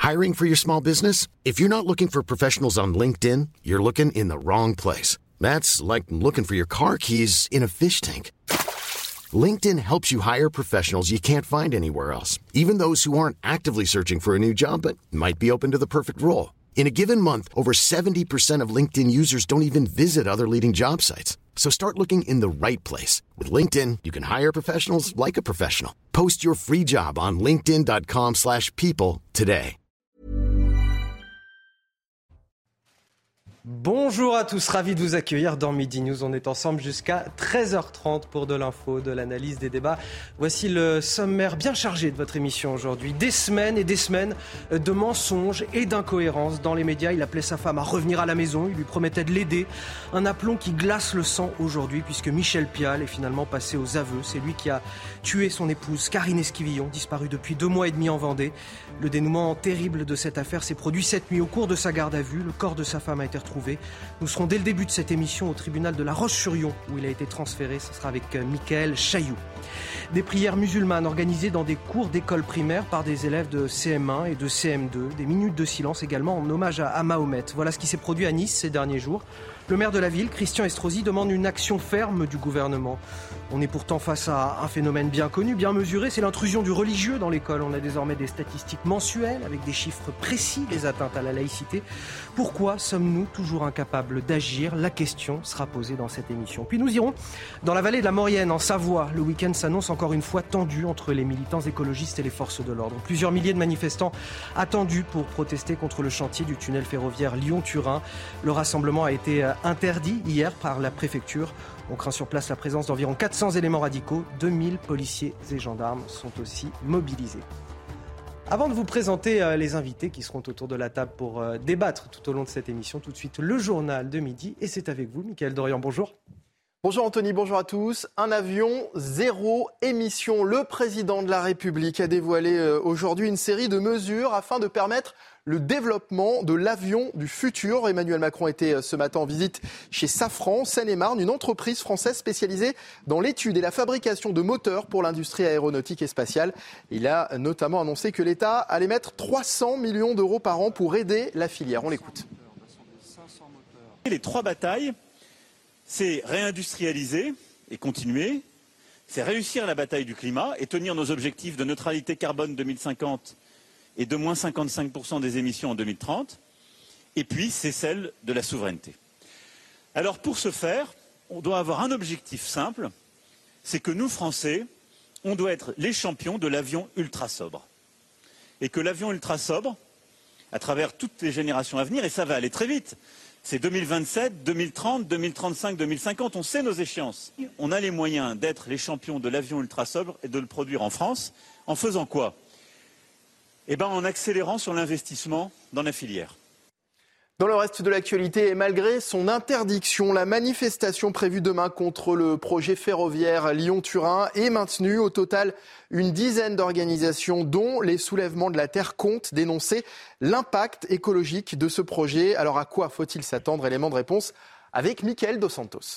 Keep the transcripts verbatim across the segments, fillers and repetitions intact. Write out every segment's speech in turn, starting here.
Hiring for your small business? If you're not looking for professionals on LinkedIn, you're looking in the wrong place. That's like looking for your car keys in a fish tank. LinkedIn helps you hire professionals you can't find anywhere else, even those who aren't actively searching for a new job but might be open to the perfect role. In a given month, over seventy percent of LinkedIn users don't even visit other leading job sites. So start looking in the right place. With LinkedIn, you can hire professionals like a professional. Post your free job on linkedin dot com slash people today. Bonjour à tous, ravi de vous accueillir dans Midi News. On est ensemble jusqu'à treize heures trente pour de l'info, de l'analyse, des débats. Voici le sommaire bien chargé de votre émission aujourd'hui. Des semaines et des semaines de mensonges et d'incohérences dans les médias. Il appelait sa femme à revenir à la maison, il lui promettait de l'aider. Un aplomb qui glace le sang aujourd'hui puisque Michel Pial est finalement passé aux aveux. C'est lui qui a tué son épouse Karine Esquivillon, disparue depuis deux mois et demi en Vendée. Le dénouement terrible de cette affaire s'est produit cette nuit au cours de sa garde à vue. Le corps de sa femme a été retrouvé. Nous serons dès le début de cette émission au tribunal de La Roche-sur-Yon où il a été transféré. Ce sera avec Mickaël Chailloux. Des prières musulmanes organisées dans des cours d'école primaire par des élèves de C M un et de C M deux. Des minutes de silence également en hommage à, à Mahomet. Voilà ce qui s'est produit à Nice ces derniers jours. Le maire de la ville, Christian Estrosi, demande une action ferme du gouvernement. On est pourtant face à un phénomène bien connu, bien mesuré, c'est l'intrusion du religieux dans l'école. On a désormais des statistiques mensuelles avec des chiffres précis des atteintes à la laïcité. Pourquoi sommes-nous toujours incapables d'agir ? La question sera posée dans cette émission. Puis nous irons dans la vallée de la Maurienne, en Savoie. Le week-end s'annonce encore une fois tendu entre les militants écologistes et les forces de l'ordre. Plusieurs milliers de manifestants attendus pour protester contre le chantier du tunnel ferroviaire Lyon-Turin. Le rassemblement a été interdit hier par la préfecture. On craint sur place la présence d'environ quatre cents éléments radicaux. deux mille policiers et gendarmes sont aussi mobilisés. Avant de vous présenter euh, les invités qui seront autour de la table pour euh, débattre tout au long de cette émission, tout de suite le journal de midi. Et c'est avec vous, Mickaël Dorian. Bonjour. Bonjour Anthony, bonjour à tous. Un avion, zéro émission. Le président de la République a dévoilé euh, aujourd'hui une série de mesures afin de permettre le développement de l'avion du futur. Emmanuel Macron était ce matin en visite chez Safran, Seine-et-Marne, une entreprise française spécialisée dans l'étude et la fabrication de moteurs pour l'industrie aéronautique et spatiale. Il a notamment annoncé que l'État allait mettre trois cents millions d'euros par an pour aider la filière. On l'écoute. Les trois batailles, c'est réindustrialiser et continuer, c'est réussir la bataille du climat et tenir nos objectifs de neutralité carbone deux mille cinquante et de moins cinquante-cinq pour cent des émissions en deux mille trente, et puis c'est celle de la souveraineté. Alors pour ce faire, on doit avoir un objectif simple, c'est que nous, Français, on doit être les champions de l'avion ultra sobre. Et que l'avion ultra sobre, à travers toutes les générations à venir, et ça va aller très vite, c'est deux mille vingt-sept, deux mille trente, deux mille trente-cinq, deux mille cinquante, on sait nos échéances. On a les moyens d'être les champions de l'avion ultra sobre et de le produire en France, en faisant quoi ? Eh bien, en accélérant sur l'investissement dans la filière. Dans le reste de l'actualité, et malgré son interdiction, la manifestation prévue demain contre le projet ferroviaire Lyon-Turin est maintenue. Au total, une dizaine d'organisations, dont les soulèvements de la Terre, comptent dénoncer l'impact écologique de ce projet. Alors à quoi faut-il s'attendre ? Élément de réponse avec Mickaël Dos Santos.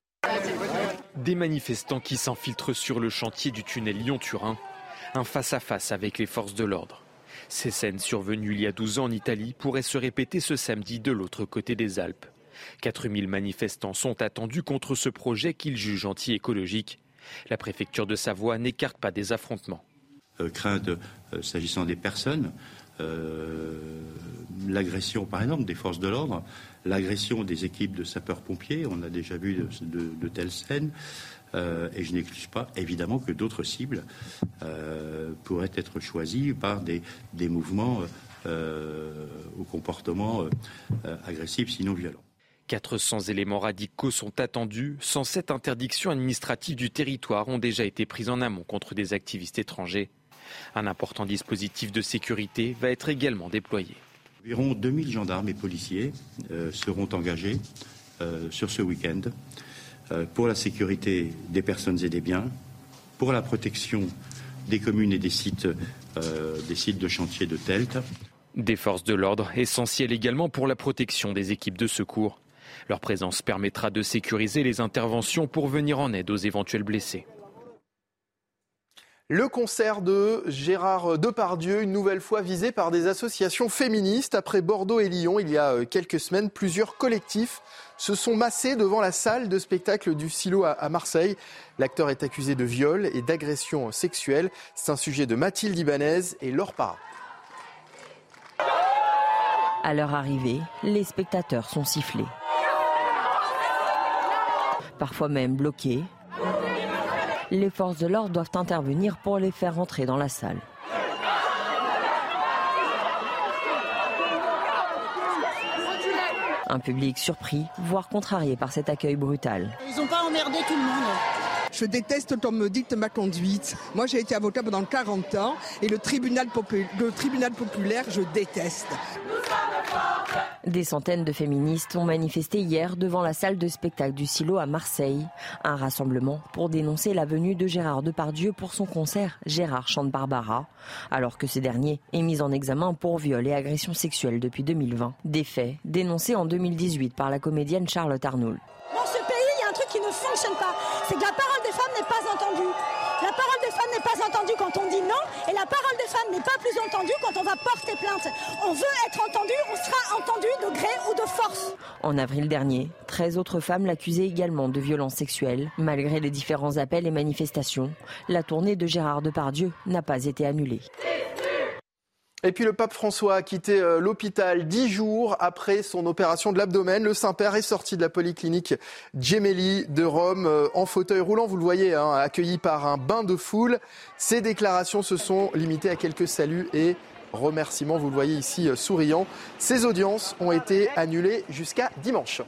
Des manifestants qui s'infiltrent sur le chantier du tunnel Lyon-Turin. Un face-à-face avec les forces de l'ordre. Ces scènes survenues il y a douze ans en Italie pourraient se répéter ce samedi de l'autre côté des Alpes. quatre mille manifestants sont attendus contre ce projet qu'ils jugent anti-écologique. La préfecture de Savoie n'écarte pas des affrontements. Euh, crainte, euh, s'agissant des personnes, euh, l'agression par exemple des forces de l'ordre, l'agression des équipes de sapeurs-pompiers, on a déjà vu de, de, de telles scènes. Euh, et je n'exclus pas, évidemment, que d'autres cibles euh, pourraient être choisies par des, des mouvements euh, au comportement euh, agressif, sinon violent. quatre cents éléments radicaux sont attendus. cent sept interdictions administratives du territoire ont déjà été prises en amont contre des activistes étrangers. Un important dispositif de sécurité va être également déployé. Environ deux mille gendarmes et policiers euh, seront engagés euh, sur ce week-end. Pour la sécurité des personnes et des biens, pour la protection des communes et des sites, euh, des sites de chantier de Telt. Des forces de l'ordre essentielles également pour la protection des équipes de secours. Leur présence permettra de sécuriser les interventions pour venir en aide aux éventuels blessés. Le concert de Gérard Depardieu, une nouvelle fois visé par des associations féministes. Après Bordeaux et Lyon, il y a quelques semaines, plusieurs collectifs se sont massés devant la salle de spectacle du Silo à Marseille. L'acteur est accusé de viol et d'agression sexuelle. C'est un sujet de Mathilde Ibanez et Laure Parra. À leur arrivée, les spectateurs sont sifflés. Parfois même bloqués. Les forces de l'ordre doivent intervenir pour les faire rentrer dans la salle. Un public surpris, voire contrarié par cet accueil brutal. Ils n'ont pas emmerdé tout le monde. Je déteste qu'on me dicte ma conduite. Moi, j'ai été avocat pendant quarante ans et le tribunal, popu- le tribunal populaire, je déteste. Des centaines de féministes ont manifesté hier devant la salle de spectacle du Silo à Marseille. Un rassemblement pour dénoncer la venue de Gérard Depardieu pour son concert Gérard chante Barbara, alors que ce dernier est mis en examen pour viol et agression sexuelle depuis deux mille vingt. Des faits dénoncés en deux mille dix-huit par la comédienne Charlotte Arnoult. Dans ce pays, il y a un truc qui ne fonctionne pas. C'est que la parole des femmes n'est pas entendue. La parole des femmes n'est pas entendue quand on dit non, et la parole des femmes n'est pas plus entendue quand on va porter plainte. On veut être entendu, on sera entendu de gré ou de force. En avril dernier, treize autres femmes l'accusaient également de violences sexuelles. Malgré les différents appels et manifestations, la tournée de Gérard Depardieu n'a pas été annulée. Et puis le pape François a quitté l'hôpital dix jours après son opération de l'abdomen. Le Saint-Père est sorti de la polyclinique Gemelli de Rome en fauteuil roulant, vous le voyez, hein, accueilli par un bain de foule. Ses déclarations se sont limitées à quelques saluts et remerciements, vous le voyez ici souriant. Ses audiences ont été annulées jusqu'à dimanche.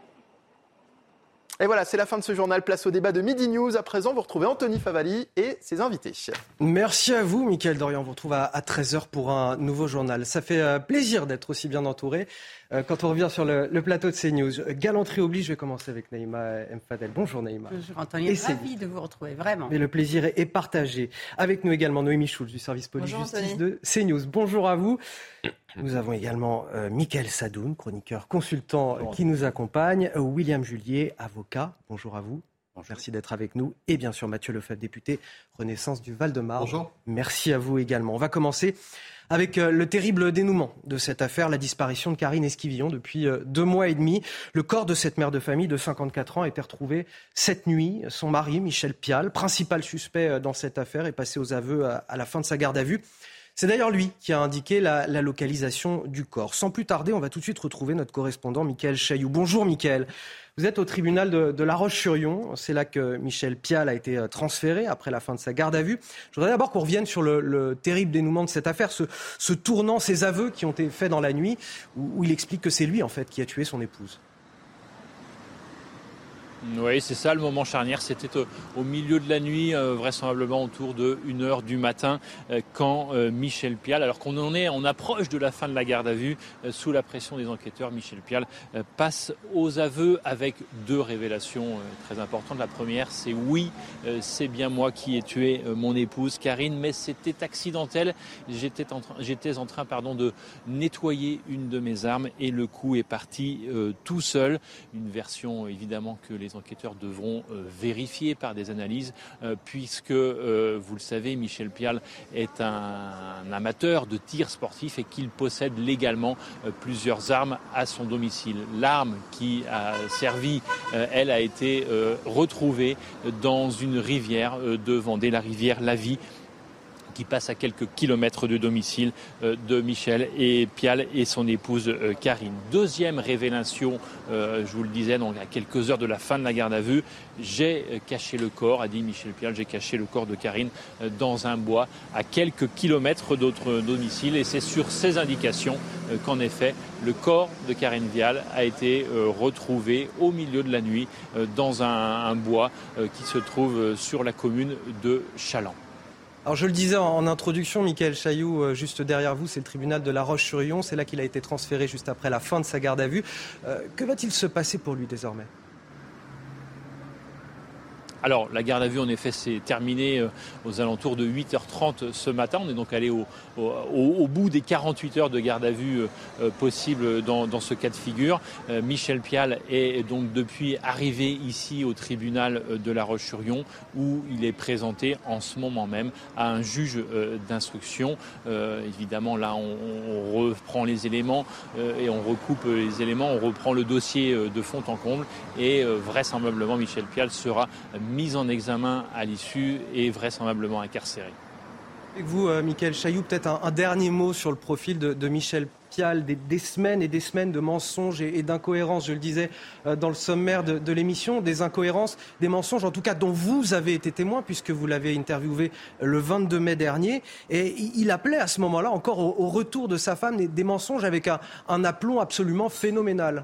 Et voilà, c'est la fin de ce journal. Place au débat de Midi News. À présent, vous retrouvez Anthony Favali et ses invités. Merci à vous, Mickaël Dorian. On vous retrouve à treize heures pour un nouveau journal. Ça fait plaisir d'être aussi bien entouré quand on revient sur le, le plateau de CNews. Galanterie oblige, je vais commencer avec Naïma M. Fadel. Bonjour Naïma. Bonjour Anthony, ravi de vous retrouver, vraiment. Mais le plaisir est partagé. Avec nous également Noémie Schulz du service police-justice de CNews. Bonjour à vous. Nous avons également euh, Mickaël Sadoun, chroniqueur consultant euh, qui nous accompagne, euh, William Julier, avocat. Bonjour à vous. Bonjour. Merci d'être avec nous. Et bien sûr Mathieu Lefebvre, député Renaissance du Val-de-Marne. Bonjour. Merci à vous également. On va commencer avec euh, le terrible dénouement de cette affaire, la disparition de Karine Esquivillon depuis euh, deux mois et demi. Le corps de cette mère de famille de cinquante-quatre ans a été retrouvé cette nuit. Son mari, Michel Pial, principal suspect euh, dans cette affaire, est passé aux aveux à, à la fin de sa garde à vue. C'est d'ailleurs lui qui a indiqué la, la localisation du corps. Sans plus tarder, on va tout de suite retrouver notre correspondant Mickaël Chailloux. Bonjour Mickaël. Vous êtes au tribunal de, de La Roche-sur-Yon. C'est là que Michel Pial a été transféré après la fin de sa garde à vue. Je voudrais d'abord qu'on revienne sur le, le terrible dénouement de cette affaire, ce, ce tournant, ces aveux qui ont été faits dans la nuit, où, où il explique que c'est lui en fait qui a tué son épouse. Oui, c'est ça le moment charnière. C'était au, au milieu de la nuit, euh, vraisemblablement autour de une heure du matin, euh, quand euh, Michel Pial, alors qu'on en est, on approche de la fin de la garde à vue, euh, sous la pression des enquêteurs, Michel Pial euh, passe aux aveux avec deux révélations euh, très importantes. La première, c'est oui, euh, c'est bien moi qui ai tué euh, mon épouse Karine, mais c'était accidentel. J'étais en train, j'étais en train pardon, de nettoyer une de mes armes et le coup est parti euh, tout seul. Une version évidemment que les Les enquêteurs devront euh, vérifier par des analyses, euh, puisque, euh, vous le savez, Michel Pial est un, un amateur de tir sportif et qu'il possède légalement euh, plusieurs armes à son domicile. L'arme qui a servi, euh, elle, a été euh, retrouvée dans une rivière euh, de Vendée, la rivière Lavie, qui passe à quelques kilomètres de domicile euh, de Michel et Pial et son épouse euh, Karine. Deuxième révélation, euh, je vous le disais, donc à quelques heures de la fin de la garde à vue, j'ai euh, caché le corps, a dit Michel Pial, j'ai caché le corps de Karine euh, dans un bois à quelques kilomètres d'autre domicile et c'est sur ces indications euh, qu'en effet le corps de Karine Vial a été euh, retrouvé au milieu de la nuit euh, dans un, un bois euh, qui se trouve euh, sur la commune de Chaland. Alors je le disais en introduction, Mickaël Chailloux, juste derrière vous, c'est le tribunal de La Roche-sur-Yon. C'est là qu'il a été transféré juste après la fin de sa garde à vue. Euh, que va-t-il se passer pour lui désormais ? Alors, la garde à vue, en effet, s'est terminée aux alentours de huit heures trente ce matin. On est donc allé au, au, au bout des quarante-huit heures de garde à vue euh, possibles dans, dans ce cas de figure. Euh, Michel Pial est donc depuis arrivé ici au tribunal de La Roche-sur-Yon, où il est présenté en ce moment même à un juge euh, d'instruction. Euh, évidemment, là, on, on reprend les éléments euh, et on recoupe les éléments, on reprend le dossier de fond en comble et euh, vraisemblablement, Michel Pial sera mis en examen à l'issue et vraisemblablement incarcéré. Et vous, euh, Mickaël Chailloux, peut-être un, un dernier mot sur le profil de, de Michel Pial, des, des semaines et des semaines de mensonges et, et d'incohérences, je le disais euh, dans le sommaire de, de l'émission, des incohérences, des mensonges en tout cas dont vous avez été témoin puisque vous l'avez interviewé le vingt-deux mai dernier et il appelait à ce moment-là encore au, au retour de sa femme des, des mensonges avec un, un aplomb absolument phénoménal.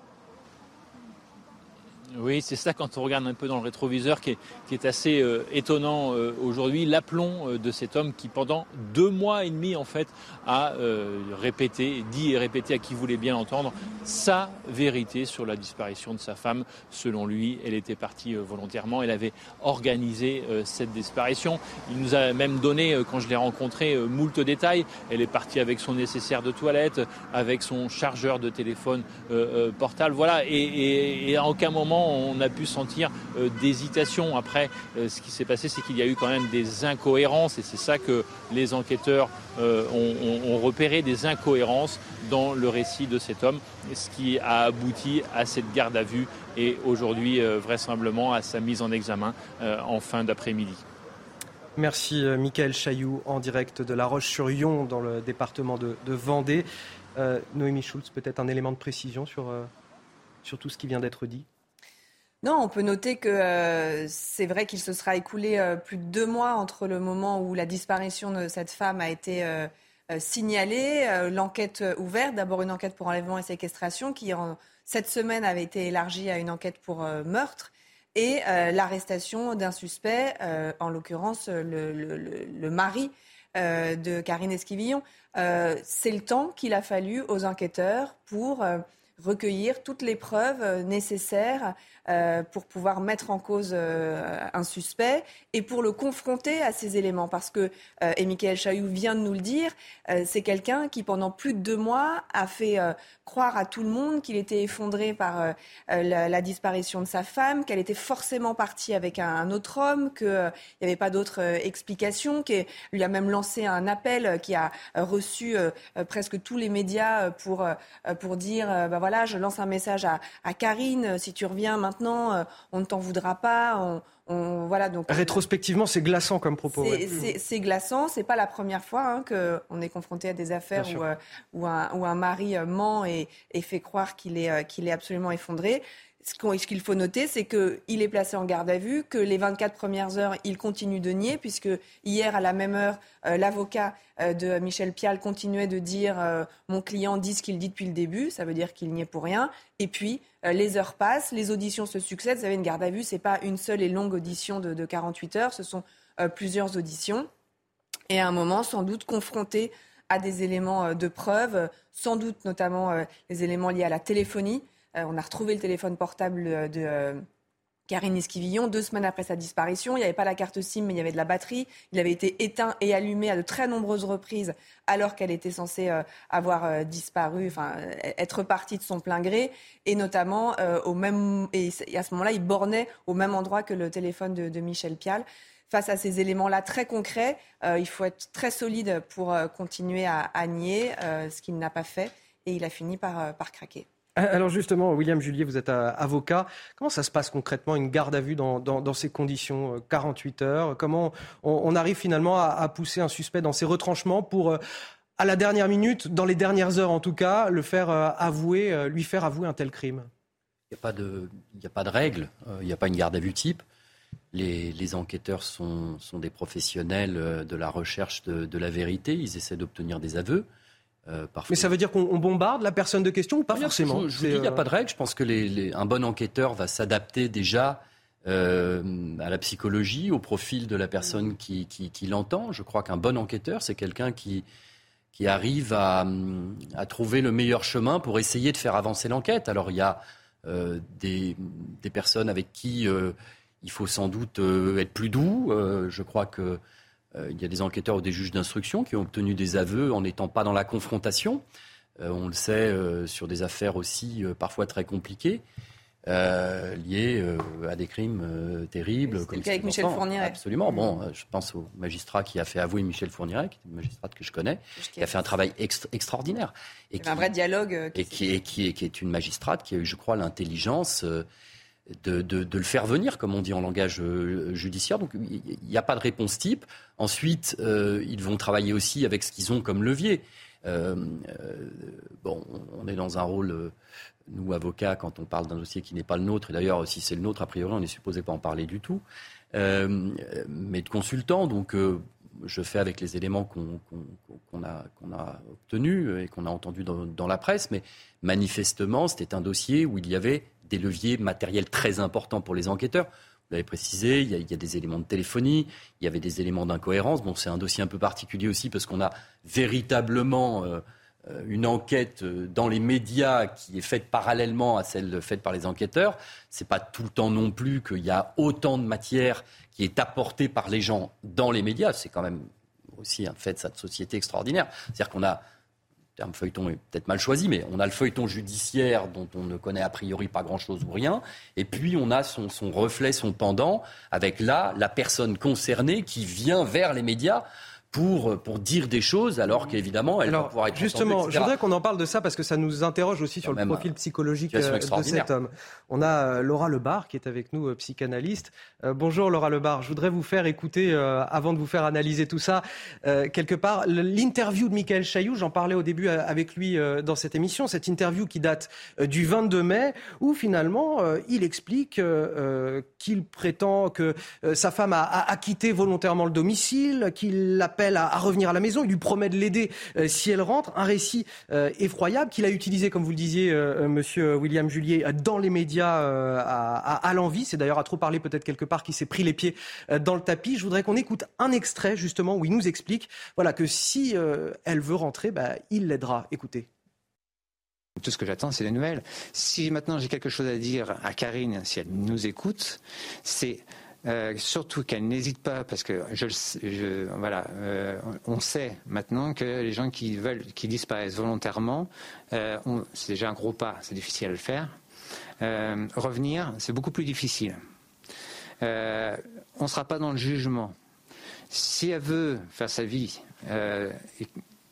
Oui, c'est ça quand on regarde un peu dans le rétroviseur qui est, qui est assez euh, étonnant euh, aujourd'hui, l'aplomb euh, de cet homme qui pendant deux mois et demi en fait a euh, répété, dit et répété à qui voulait bien l'entendre sa vérité sur la disparition de sa femme. Selon lui, elle était partie euh, volontairement, elle avait organisé euh, cette disparition. Il nous a même donné, euh, quand je l'ai rencontré, euh, moult détails. Elle est partie avec son nécessaire de toilette, avec son chargeur de téléphone euh, euh, portable, voilà, et, et, et à aucun moment on a pu sentir euh, d'hésitation. Après, euh, ce qui s'est passé, c'est qu'il y a eu quand même des incohérences et c'est ça que les enquêteurs euh, ont, ont, ont repéré, des incohérences dans le récit de cet homme, ce qui a abouti à cette garde à vue et aujourd'hui euh, vraisemblablement à sa mise en examen euh, en fin d'après-midi. Merci euh, Mickaël Chailloux en direct de La Roche-sur-Yon dans le département de, de Vendée. Euh, Noémie Schulz, peut-être un élément de précision sur, euh, sur tout ce qui vient d'être dit? Non, on peut noter que euh, c'est vrai qu'il se sera écoulé euh, plus de deux mois entre le moment où la disparition de cette femme a été euh, euh, signalée, euh, l'enquête ouverte, d'abord une enquête pour enlèvement et séquestration qui en cette semaine avait été élargie à une enquête pour euh, meurtre et euh, l'arrestation d'un suspect, euh, en l'occurrence le, le, le, le mari euh, de Karine Esquivillon. Euh, c'est le temps qu'il a fallu aux enquêteurs pour euh, recueillir toutes les preuves nécessaires euh, pour pouvoir mettre en cause euh, un suspect et pour le confronter à ces éléments. Parce que, euh, et Mickaël Chailloux vient de nous le dire, euh, c'est quelqu'un qui, pendant plus de deux mois, a fait euh, croire à tout le monde qu'il était effondré par euh, la, la disparition de sa femme, qu'elle était forcément partie avec un, un autre homme, qu'il euh, n'y avait pas d'autre euh, explication, qu'il lui a même lancé un appel euh, qui a euh, reçu euh, euh, presque tous les médias euh, pour, euh, pour dire euh, bah voilà, je lance un message à, à Karine, si tu reviens maintenant, euh, on ne t'en voudra pas. On, on, voilà, donc, rétrospectivement, c'est glaçant comme propos. C'est, ouais. c'est, c'est glaçant. C'est pas la première fois hein, qu'on est confronté à des affaires où, euh, où, un, où un mari euh, ment et, et fait croire qu'il est, euh, qu'il est absolument effondré. Ce, qu'on, ce qu'il faut noter, c'est qu'il est placé en garde à vue, que les vingt-quatre premières heures, il continue de nier, puisque hier, à la même heure, euh, l'avocat euh, de Michel Pial continuait de dire euh, « mon client dit ce qu'il dit depuis le début », ça veut dire qu'il n'y est pour rien. Et puis, euh, les heures passent, les auditions se succèdent. Vous savez, une garde à vue, ce n'est pas une seule et longue audition de, de quarante-huit heures, ce sont euh, plusieurs auditions. Et à un moment, sans doute, confronté à des éléments euh, de preuve, sans doute notamment euh, les éléments liés à la téléphonie. Euh, on a retrouvé le téléphone portable de euh, Karine Esquivillon deux semaines après sa disparition. Il n'y avait pas la carte SIM, mais il y avait de la batterie. Il avait été éteint et allumé à de très nombreuses reprises alors qu'elle était censée euh, avoir euh, disparu, enfin être partie de son plein gré. Et notamment, euh, au même, et à ce moment-là, il bornait au même endroit que le téléphone de, de Michel Pial. Face à ces éléments-là très concrets, euh, il faut être très solide pour euh, continuer à, à nier euh, ce qu'il n'a pas fait. Et il a fini par, euh, par craquer. Alors justement, William Julier, vous êtes avocat. Comment ça se passe concrètement, une garde à vue dans, dans, dans ces conditions, quarante-huit heures? Comment on, on arrive finalement à, à pousser un suspect dans ses retranchements pour, à la dernière minute, dans les dernières heures en tout cas, le faire avouer, lui faire avouer un tel crime? Il n'y a pas de, il n'y a pas de règle, il n'y a pas une garde à vue type. Les, les enquêteurs sont, sont des professionnels de la recherche de, de la vérité. Ils essaient d'obtenir des aveux. Euh, Mais ça veut dire qu'on bombarde la personne de question ou pas forcément? Je, je vous dis, il n'y a pas de règle. Je pense que les, les, un bon enquêteur va s'adapter déjà euh, à la psychologie, au profil de la personne qui, qui, qui l'entend. Je crois qu'un bon enquêteur, c'est quelqu'un qui, qui arrive à, à trouver le meilleur chemin pour essayer de faire avancer l'enquête. Alors il y a euh, des, des personnes avec qui euh, il faut sans doute euh, être plus doux. Euh, je crois que euh, il y a des enquêteurs ou des juges d'instruction qui ont obtenu des aveux en n'étant pas dans la confrontation. Euh, on le sait euh, sur des affaires aussi euh, parfois très compliquées. Euh, liés euh, à des crimes euh, terribles. C'était le cas avec Michel Fourniret. Absolument. Bon, euh, je pense au magistrat qui a fait avouer Michel Fourniret, qui est une magistrate que je connais, qui a fait un travail extra- extraordinaire. Et Il y avait un vrai dialogue. Euh, et qui est, qui, est, qui est une magistrate qui a eu, je crois, l'intelligence euh, de, de, de le faire venir, comme on dit en langage euh, judiciaire. Donc, il n'y a pas de réponse type. Ensuite, euh, ils vont travailler aussi avec ce qu'ils ont comme levier. Euh, euh, bon, on est dans un rôle... Euh, nous, avocats, quand on parle d'un dossier qui n'est pas le nôtre, et d'ailleurs, si c'est le nôtre, a priori, on n'est supposé pas en parler du tout, euh, mais de consultants. Donc, euh, je fais avec les éléments qu'on, qu'on, qu'on, a, qu'on a obtenus et qu'on a entendus dans, dans la presse. Mais manifestement, c'était un dossier où il y avait des leviers matériels très importants pour les enquêteurs. Vous l'avez précisé, il y, a, il y a des éléments de téléphonie, il y avait des éléments d'incohérence. Bon, c'est un dossier un peu particulier aussi parce qu'on a véritablement... Euh, une enquête dans les médias qui est faite parallèlement à celle faite par les enquêteurs. C'est pas tout le temps non plus qu'il y a autant de matière qui est apportée par les gens dans les médias. C'est quand même aussi un fait de cette société extraordinaire. C'est-à-dire qu'on a, le terme feuilleton est peut-être mal choisi, mais on a le feuilleton judiciaire dont on ne connaît a priori pas grand-chose ou rien. Et puis on a son, son reflet, son pendant, avec là la personne concernée qui vient vers les médias Pour, pour dire des choses, alors qu'évidemment, elle alors, va pouvoir être justement, entendue, je voudrais qu'on en parle de ça parce que ça nous interroge aussi sur le profil psychologique de cet homme. On a Laura Lebar qui est avec nous, psychanalyste. Euh, bonjour Laura Lebar, je voudrais vous faire écouter, euh, avant de vous faire analyser tout ça, euh, quelque part, l'interview de Michaël Chailloux, j'en parlais au début avec lui euh, dans cette émission, cette interview qui date euh, du vingt-deux mai, où finalement, euh, il explique euh, qu'il prétend que euh, sa femme a, a, a quitté volontairement le domicile, qu'il l'a À, à revenir à la maison, il lui promet de l'aider euh, si elle rentre, un récit euh, effroyable qu'il a utilisé, comme vous le disiez, euh, monsieur William Julier, dans les médias euh, à, à, à l'envi. C'est d'ailleurs à trop parler peut-être quelque part qui s'est pris les pieds euh, dans le tapis. Je voudrais qu'on écoute un extrait justement où il nous explique voilà, que si euh, elle veut rentrer, bah, il l'aidera. Écoutez. Tout ce que j'attends, c'est les nouvelles. Si maintenant j'ai quelque chose à dire à Karine, si elle nous écoute, c'est... Euh, surtout qu'elle n'hésite pas, parce que je, je, voilà, euh, on sait maintenant que les gens qui veulent, qui disparaissent volontairement, euh, on, c'est déjà un gros pas, c'est difficile à le faire. Euh, revenir, c'est beaucoup plus difficile. Euh, on ne sera pas dans le jugement. Si elle veut faire sa vie euh, et,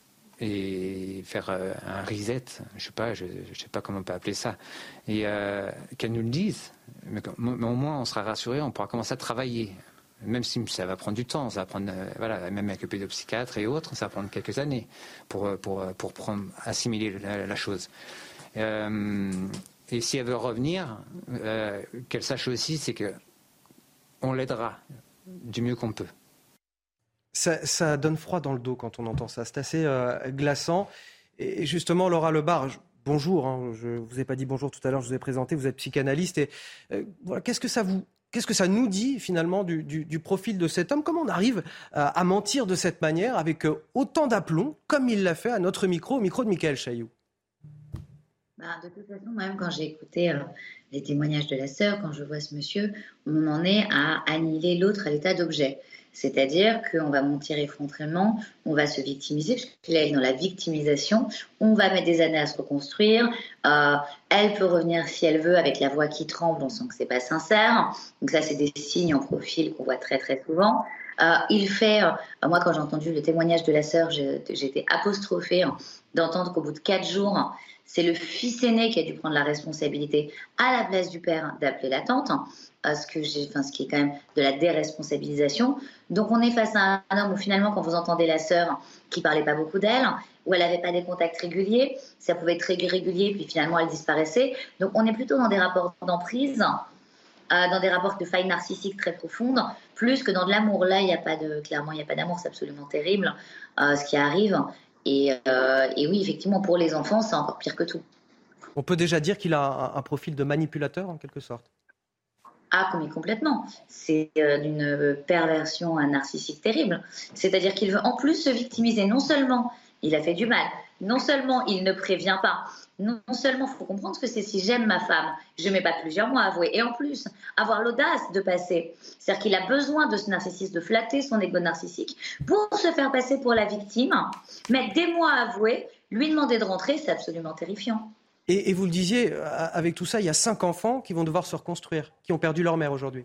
et faire euh, un reset, je sais pas, je, je sais pas comment on peut appeler ça, et euh, qu'elle nous le dise. Mais, mais au moins on sera rassuré, on pourra commencer à travailler. Même si ça va prendre du temps, ça va prendre, euh, voilà, même avec le pédopsychiatre et autres, ça va prendre quelques années pour pour pour prendre, assimiler la, la chose. Euh, et si elle veut revenir, euh, qu'elle sache aussi, c'est que on l'aidera du mieux qu'on peut. Ça, ça donne froid dans le dos quand on entend ça. C'est assez euh, glaçant. Et justement, Laura Lebar, je, bonjour. Hein, je ne vous ai pas dit bonjour tout à l'heure, je vous ai présenté. Vous êtes psychanalyste. Et euh, voilà, qu'est-ce que ça vous, qu'est-ce que ça nous dit finalement du, du, du profil de cet homme ? Comment on arrive à, à mentir de cette manière avec euh, autant d'aplomb, comme il l'a fait à notre micro, au micro de Michaël Chailloux ? Bah, de toute façon, même quand j'ai écouté euh, les témoignages de la sœur, quand je vois ce monsieur, on en est à annihiler l'autre à l'état d'objet. C'est-à-dire qu'on va mentir effrontément, on va se victimiser, parce qu'il est dans la victimisation, on va mettre des années à se reconstruire, euh, elle peut revenir si elle veut avec la voix qui tremble, on sent que c'est pas sincère, donc ça c'est des signes en profil qu'on voit très très souvent. Euh, il fait, euh, moi quand j'ai entendu le témoignage de la sœur, j'ai, j'étais apostrophée hein, d'entendre qu'au bout de quatre jours, c'est le fils aîné qui a dû prendre la responsabilité à la place du père d'appeler la tante, euh, ce, que j'ai, enfin, ce qui est quand même de la déresponsabilisation. Donc on est face à un homme où finalement quand vous entendez la sœur qui parlait pas beaucoup d'elle, où elle n'avait pas des contacts réguliers, ça pouvait être régulier puis finalement elle disparaissait. Donc on est plutôt dans des rapports d'emprise, euh, dans des rapports de failles narcissiques très profondes, plus que dans de l'amour. Là il y a pas de, clairement il n'y a pas d'amour, c'est absolument terrible euh, ce qui arrive. Et, euh, et oui, effectivement, pour les enfants, c'est encore pire que tout. On peut déjà dire qu'il a un, un profil de manipulateur, en quelque sorte. Ah, mais complètement. C'est euh, d'une perversion narcissique terrible. C'est-à-dire qu'il veut en plus se victimiser. Non seulement il a fait du mal, non seulement il ne prévient pas, Non seulement il faut comprendre que c'est si j'aime ma femme, je ne mets pas plusieurs mois à avouer. Et en plus, avoir l'audace de passer. C'est-à-dire qu'il a besoin de ce narcissiste, de flatter son égo narcissique pour se faire passer pour la victime, mettre des mois à avouer, lui demander de rentrer, c'est absolument terrifiant. Et, et vous le disiez, avec tout ça, il y a cinq enfants qui vont devoir se reconstruire, qui ont perdu leur mère aujourd'hui.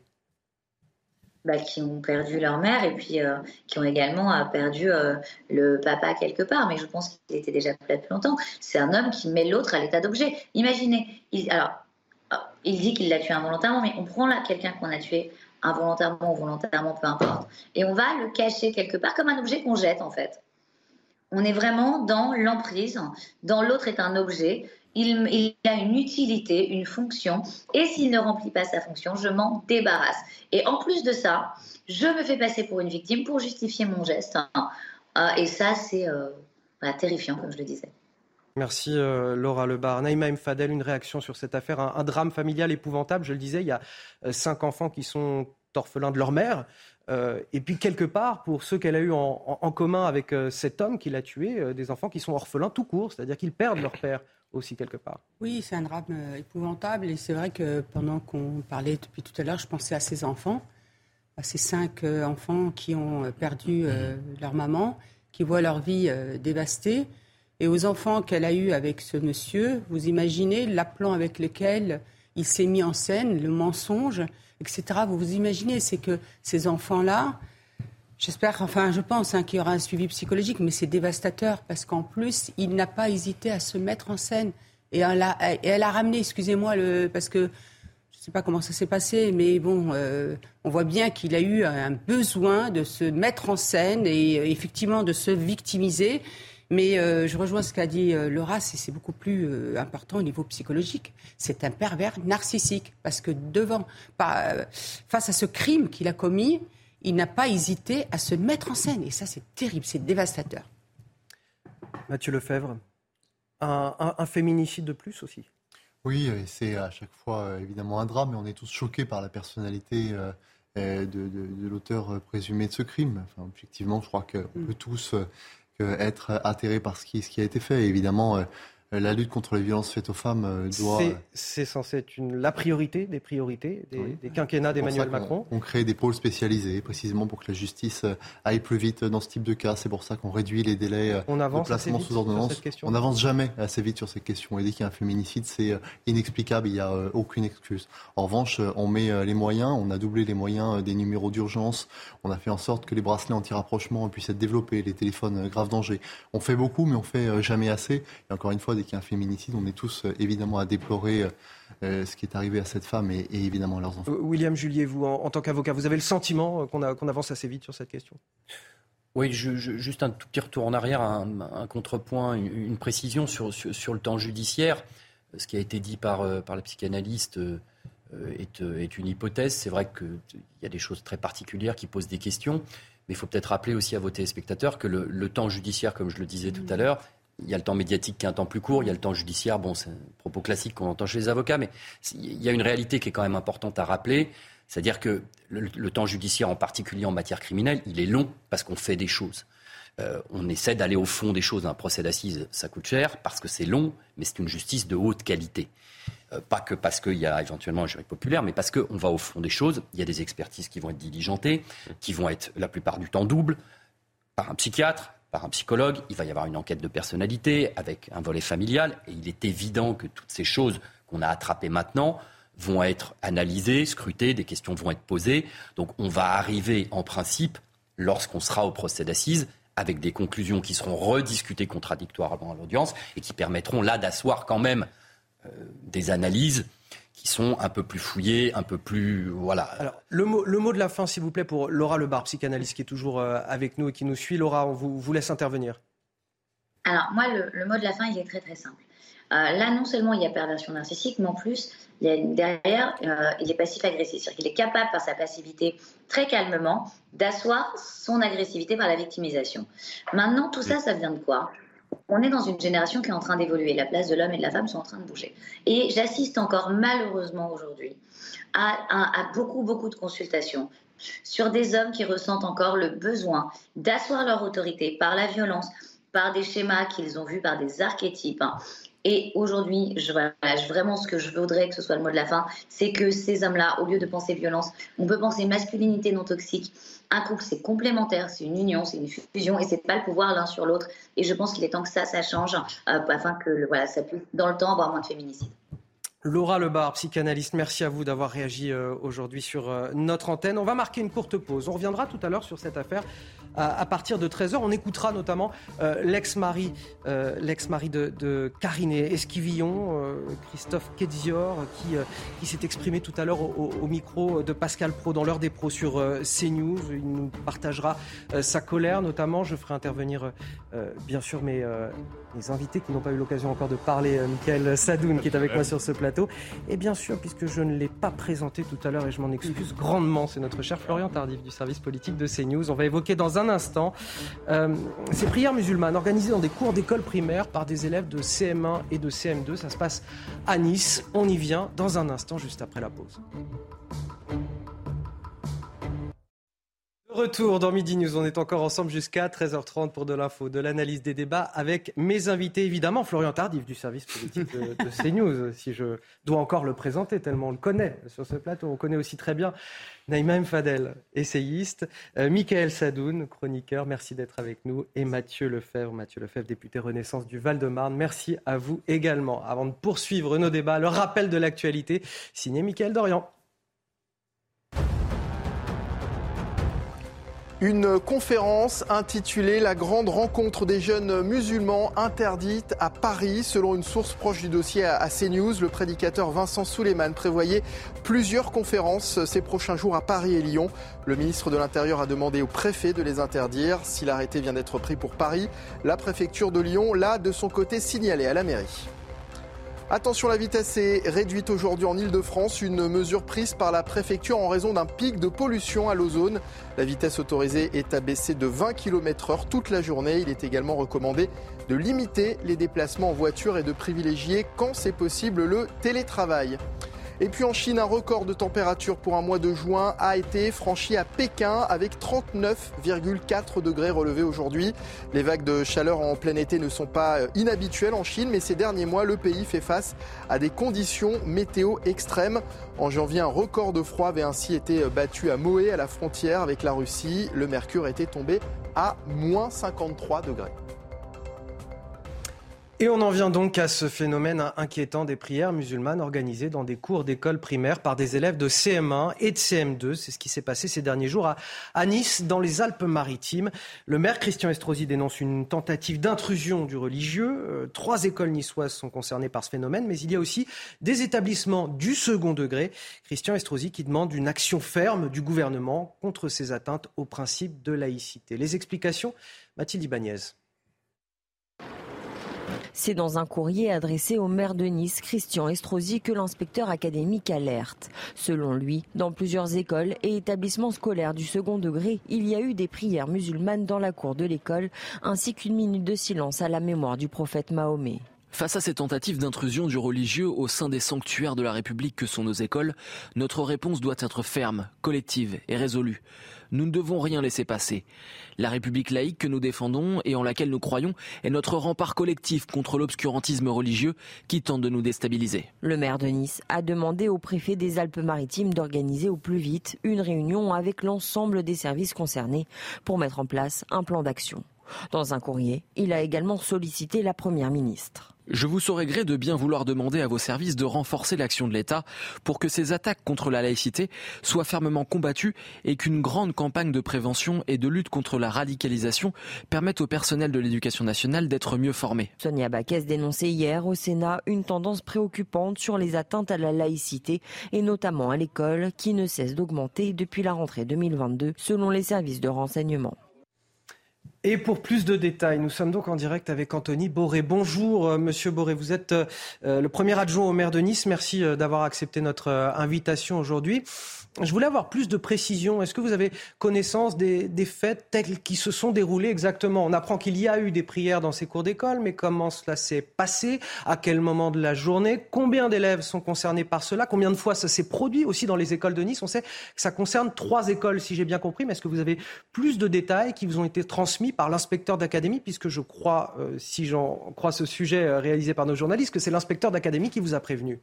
Bah, qui ont perdu leur mère et puis euh, qui ont également euh, perdu euh, le papa quelque part. Mais je pense qu'il était déjà prêt depuis longtemps. C'est un homme qui met l'autre à l'état d'objet. Imaginez, il, alors, il dit qu'il l'a tué involontairement, mais on prend là quelqu'un qu'on a tué involontairement ou volontairement, peu importe, et on va le cacher quelque part comme un objet qu'on jette en fait. On est vraiment dans l'emprise, dans l'autre est un objet. Il, il a une utilité, une fonction, et s'il ne remplit pas sa fonction, je m'en débarrasse. Et en plus de ça, je me fais passer pour une victime pour justifier mon geste. Euh, et ça, c'est euh, voilà, terrifiant, comme je le disais. Merci euh, Laura Lebar. Naïma M. Fadel, une réaction sur cette affaire, un, un drame familial épouvantable. Je le disais, il y a euh, cinq enfants qui sont orphelins de leur mère. Euh, et puis quelque part, pour ceux qu'elle a eu en, en, en commun avec euh, cet homme qui l'a tué, euh, des enfants qui sont orphelins tout court, c'est-à-dire qu'ils perdent leur père aussi quelque part. Oui, c'est un drame euh, épouvantable et c'est vrai que pendant qu'on parlait depuis tout à l'heure, je pensais à ces enfants, à ces cinq euh, enfants qui ont euh, perdu euh, leur maman, qui voient leur vie euh, dévastée, et aux enfants qu'elle a eus avec ce monsieur. Vous imaginez l'aplomb avec lequel il s'est mis en scène, le mensonge, et cetera. Vous vous imaginez, c'est que ces enfants-là, j'espère, enfin je pense hein, qu'il y aura un suivi psychologique, mais c'est dévastateur parce qu'en plus, il n'a pas hésité à se mettre en scène. Et elle a, et elle a ramené, excusez-moi, le, parce que je ne sais pas comment ça s'est passé, mais bon, euh, on voit bien qu'il a eu un besoin de se mettre en scène et euh, effectivement de se victimiser. Mais euh, je rejoins ce qu'a dit euh, Laura, c'est, c'est beaucoup plus euh, important au niveau psychologique. C'est un pervers narcissique parce que devant, pas, euh, face à ce crime qu'il a commis, il n'a pas hésité à se mettre en scène. Et ça, c'est terrible, c'est dévastateur. Mathieu Lefebvre, un, un, un féminicide de plus aussi. Oui, c'est à chaque fois évidemment un drame, mais on est tous choqués par la personnalité de, de, de l'auteur présumé de ce crime. Enfin, objectivement, je crois qu'on peut tous être atterrés par ce qui, ce qui a été fait. Et évidemment, la lutte contre les violences faites aux femmes doit... C'est, c'est censé être une, la priorité des priorités des, oui. des quinquennats d'Emmanuel Macron. On crée des pôles spécialisés précisément pour que la justice aille plus vite dans ce type de cas. C'est pour ça qu'on réduit les délais on de placement sous ordonnance. On n'avance jamais assez vite sur cette question. Et dès qu'il y a un féminicide, c'est inexplicable, il n'y a aucune excuse. En revanche, on met les moyens, on a doublé les moyens des numéros d'urgence, on a fait en sorte que les bracelets anti-rapprochement puissent être développés, les téléphones grave danger. On fait beaucoup, mais on fait jamais assez. Et encore une fois, dès qu'il y a un féminicide, on est tous euh, évidemment à déplorer euh, ce qui est arrivé à cette femme et, et évidemment à leurs enfants. William Julier, vous, en, en tant qu'avocat, vous avez le sentiment qu'on, a, qu'on avance assez vite sur cette question ? Oui, je, je, juste un tout petit retour en arrière, un, un contrepoint, une, une précision sur, sur, sur le temps judiciaire. Ce qui a été dit par, euh, par la psychanalyste euh, est, est une hypothèse. C'est vrai qu'il y a des choses très particulières qui posent des questions, mais il faut peut-être rappeler aussi à vos téléspectateurs que le, le temps judiciaire, comme je le disais tout à l'heure, il y a le temps médiatique qui est un temps plus court, il y a le temps judiciaire, bon, c'est un propos classique qu'on entend chez les avocats, mais il y a une réalité qui est quand même importante à rappeler, c'est-à-dire que le, le temps judiciaire, en particulier en matière criminelle, il est long parce qu'on fait des choses. Euh, on essaie d'aller au fond des choses. Un procès d'assises, ça coûte cher parce que c'est long, mais c'est une justice de haute qualité. Euh, pas que parce qu'il y a éventuellement un jury populaire, mais parce qu'on va au fond des choses. Il y a des expertises qui vont être diligentées, qui vont être la plupart du temps doubles, par un psychiatre, par un psychologue, il va y avoir une enquête de personnalité avec un volet familial et il est évident que toutes ces choses qu'on a attrapées maintenant vont être analysées, scrutées, des questions vont être posées. Donc on va arriver en principe, lorsqu'on sera au procès d'assises, avec des conclusions qui seront rediscutées contradictoirement à l'audience et qui permettront là d'asseoir quand même euh, des analyses qui sont un peu plus fouillés, un peu plus... Voilà. Alors, le mot, le mot de la fin, s'il vous plaît, pour Laura Lebar, psychanalyste qui est toujours euh, avec nous et qui nous suit. Laura, on vous, vous laisse intervenir. Alors, moi, le, le mot de la fin, il est très, très simple. Euh, là, non seulement il y a perversion narcissique, mais en plus, il y a, derrière, euh, il est passif-agressif. C'est-à-dire qu'il est capable, par sa passivité, très calmement, d'asseoir son agressivité par la victimisation. Maintenant, tout ça, ça vient de quoi ? On est dans une génération qui est en train d'évoluer. La place de l'homme et de la femme sont en train de bouger. Et j'assiste encore malheureusement aujourd'hui à, à, à beaucoup, beaucoup de consultations sur des hommes qui ressentent encore le besoin d'asseoir leur autorité par la violence, par des schémas qu'ils ont vus, par des archétypes, hein, Et aujourd'hui, je, voilà, vraiment ce que je voudrais que ce soit le mot de la fin, c'est que ces hommes-là, au lieu de penser violence, on peut penser masculinité non toxique. Un couple, c'est complémentaire, c'est une union, c'est une fusion, et c'est pas le pouvoir l'un sur l'autre. Et je pense qu'il est temps que ça, ça change, euh, afin que le, voilà, ça puisse, dans le temps, avoir moins de féminicides. Laura Lebar, psychanalyste, merci à vous d'avoir réagi euh, aujourd'hui sur euh, notre antenne. On va marquer une courte pause. On reviendra tout à l'heure sur cette affaire à, à partir de treize heures. On écoutera notamment euh, l'ex-mari, euh, l'ex-mari de, de Karine Esquivillon, euh, Christophe Ketzior, qui, euh, qui s'est exprimé tout à l'heure au, au micro de Pascal Praud dans l'heure des pros sur euh, CNews. Il nous partagera euh, sa colère notamment. Je ferai intervenir euh, bien sûr mes, euh, mes invités qui n'ont pas eu l'occasion encore de parler. Euh, Mickaël Sadoun qui est avec moi sur ce plateau. Et bien sûr, puisque je ne l'ai pas présenté tout à l'heure et je m'en excuse grandement, c'est notre cher Florian Tardif du service politique de CNews. On va évoquer dans un instant euh, ces prières musulmanes organisées dans des cours d'école primaire par des élèves de C M un et de C M deux. Ça se passe à Nice. On y vient dans un instant, juste après la pause. Retour dans Midi News, on est encore ensemble jusqu'à treize heures trente pour de l'info, de l'analyse des débats avec mes invités évidemment. Florian Tardif du service politique de, de CNews, si je dois encore le présenter tellement on le connaît sur ce plateau. On connaît aussi très bien Naïma M. Fadel, essayiste, euh, Mickaël Sadoun, chroniqueur, merci d'être avec nous, et Mathieu Lefebvre, Mathieu Lefebvre, député Renaissance du Val-de-Marne, merci à vous également. Avant de poursuivre nos débats, le rappel de l'actualité, signé Mickaël Dorian. Une conférence intitulée « La grande rencontre des jeunes musulmans interdite à Paris ». Selon une source proche du dossier à CNews, le prédicateur Vincent Souleymane prévoyait plusieurs conférences ces prochains jours à Paris et Lyon. Le ministre de l'Intérieur a demandé au préfet de les interdire. Si l'arrêté vient d'être pris pour Paris, la préfecture de Lyon l'a de son côté signalé à la mairie. Attention, la vitesse est réduite aujourd'hui en Ile-de-France, une mesure prise par la préfecture en raison d'un pic de pollution à l'ozone. La vitesse autorisée est à baisser de vingt kilomètres heure toute la journée. Il est également recommandé de limiter les déplacements en voiture et de privilégier, quand c'est possible, le télétravail. Et puis en Chine, un record de température pour un mois de juin a été franchi à Pékin avec trente-neuf virgule quatre degrés relevés aujourd'hui. Les vagues de chaleur en plein été ne sont pas inhabituelles en Chine, mais ces derniers mois, le pays fait face à des conditions météo extrêmes. En janvier, un record de froid avait ainsi été battu à Moé, à la frontière avec la Russie. Le mercure était tombé à moins cinquante-trois degrés. Et on en vient donc à ce phénomène inquiétant des prières musulmanes organisées dans des cours d'école primaire par des élèves de C M un et de C M deux. C'est ce qui s'est passé ces derniers jours à, à Nice, dans les Alpes-Maritimes. Le maire Christian Estrosi dénonce une tentative d'intrusion du religieux. Euh, trois écoles niçoises sont concernées par ce phénomène, mais il y a aussi des établissements du second degré. Christian Estrosi qui demande une action ferme du gouvernement contre ces atteintes au principe de laïcité. Les explications, Mathilde Ibanez. C'est dans un courrier adressé au maire de Nice, Christian Estrosi, que l'inspecteur académique alerte. Selon lui, dans plusieurs écoles et établissements scolaires du second degré, il y a eu des prières musulmanes dans la cour de l'école, ainsi qu'une minute de silence à la mémoire du prophète Mahomet. Face à ces tentatives d'intrusion du religieux au sein des sanctuaires de la République que sont nos écoles, notre réponse doit être ferme, collective et résolue. Nous ne devons rien laisser passer. La République laïque que nous défendons et en laquelle nous croyons est notre rempart collectif contre l'obscurantisme religieux qui tente de nous déstabiliser. Le maire de Nice a demandé au préfet des Alpes-Maritimes d'organiser au plus vite une réunion avec l'ensemble des services concernés pour mettre en place un plan d'action. Dans un courrier, il a également sollicité la Première ministre. Je vous saurai gré de bien vouloir demander à vos services de renforcer l'action de l'État pour que ces attaques contre la laïcité soient fermement combattues et qu'une grande campagne de prévention et de lutte contre la radicalisation permette au personnel de l'éducation nationale d'être mieux formé. Sonia Baquès dénonçait hier au Sénat une tendance préoccupante sur les atteintes à la laïcité et notamment à l'école qui ne cesse d'augmenter depuis la rentrée deux mille vingt-deux selon les services de renseignement. Et pour plus de détails, nous sommes donc en direct avec Anthony Boré. Bonjour euh, Monsieur Boré, vous êtes euh, le premier adjoint au maire de Nice. Merci euh, d'avoir accepté notre euh, invitation aujourd'hui. Je voulais avoir plus de précision. Est-ce que vous avez connaissance des, des faits tels qu'ils se sont déroulés exactement ? On apprend qu'il y a eu des prières dans ces cours d'école, mais comment cela s'est passé ? À quel moment de la journée ? Combien d'élèves sont concernés par cela ? Combien de fois ça s'est produit aussi dans les écoles de Nice ? On sait que ça concerne trois écoles, si j'ai bien compris, mais est-ce que vous avez plus de détails qui vous ont été transmis transmis par l'inspecteur d'académie, puisque je crois, euh, si j'en crois ce sujet euh, réalisé par nos journalistes, que c'est l'inspecteur d'académie qui vous a prévenu.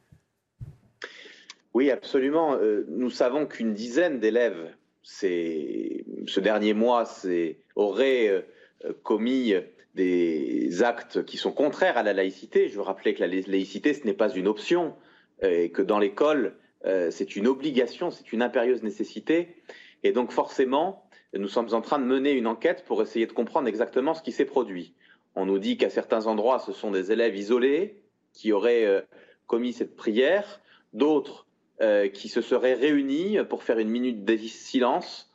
Oui, absolument. Euh, nous savons qu'une dizaine d'élèves, c'est, ce dernier mois, c'est, auraient euh, commis des actes qui sont contraires à la laïcité. Je veux rappeler que la laïcité, ce n'est pas une option, euh, et que dans l'école, euh, c'est une obligation, c'est une impérieuse nécessité. Et donc forcément, nous sommes en train de mener une enquête pour essayer de comprendre exactement ce qui s'est produit. On nous dit qu'à certains endroits, ce sont des élèves isolés qui auraient euh, commis cette prière, d'autres Euh, qui se seraient réunis pour faire une minute de silence.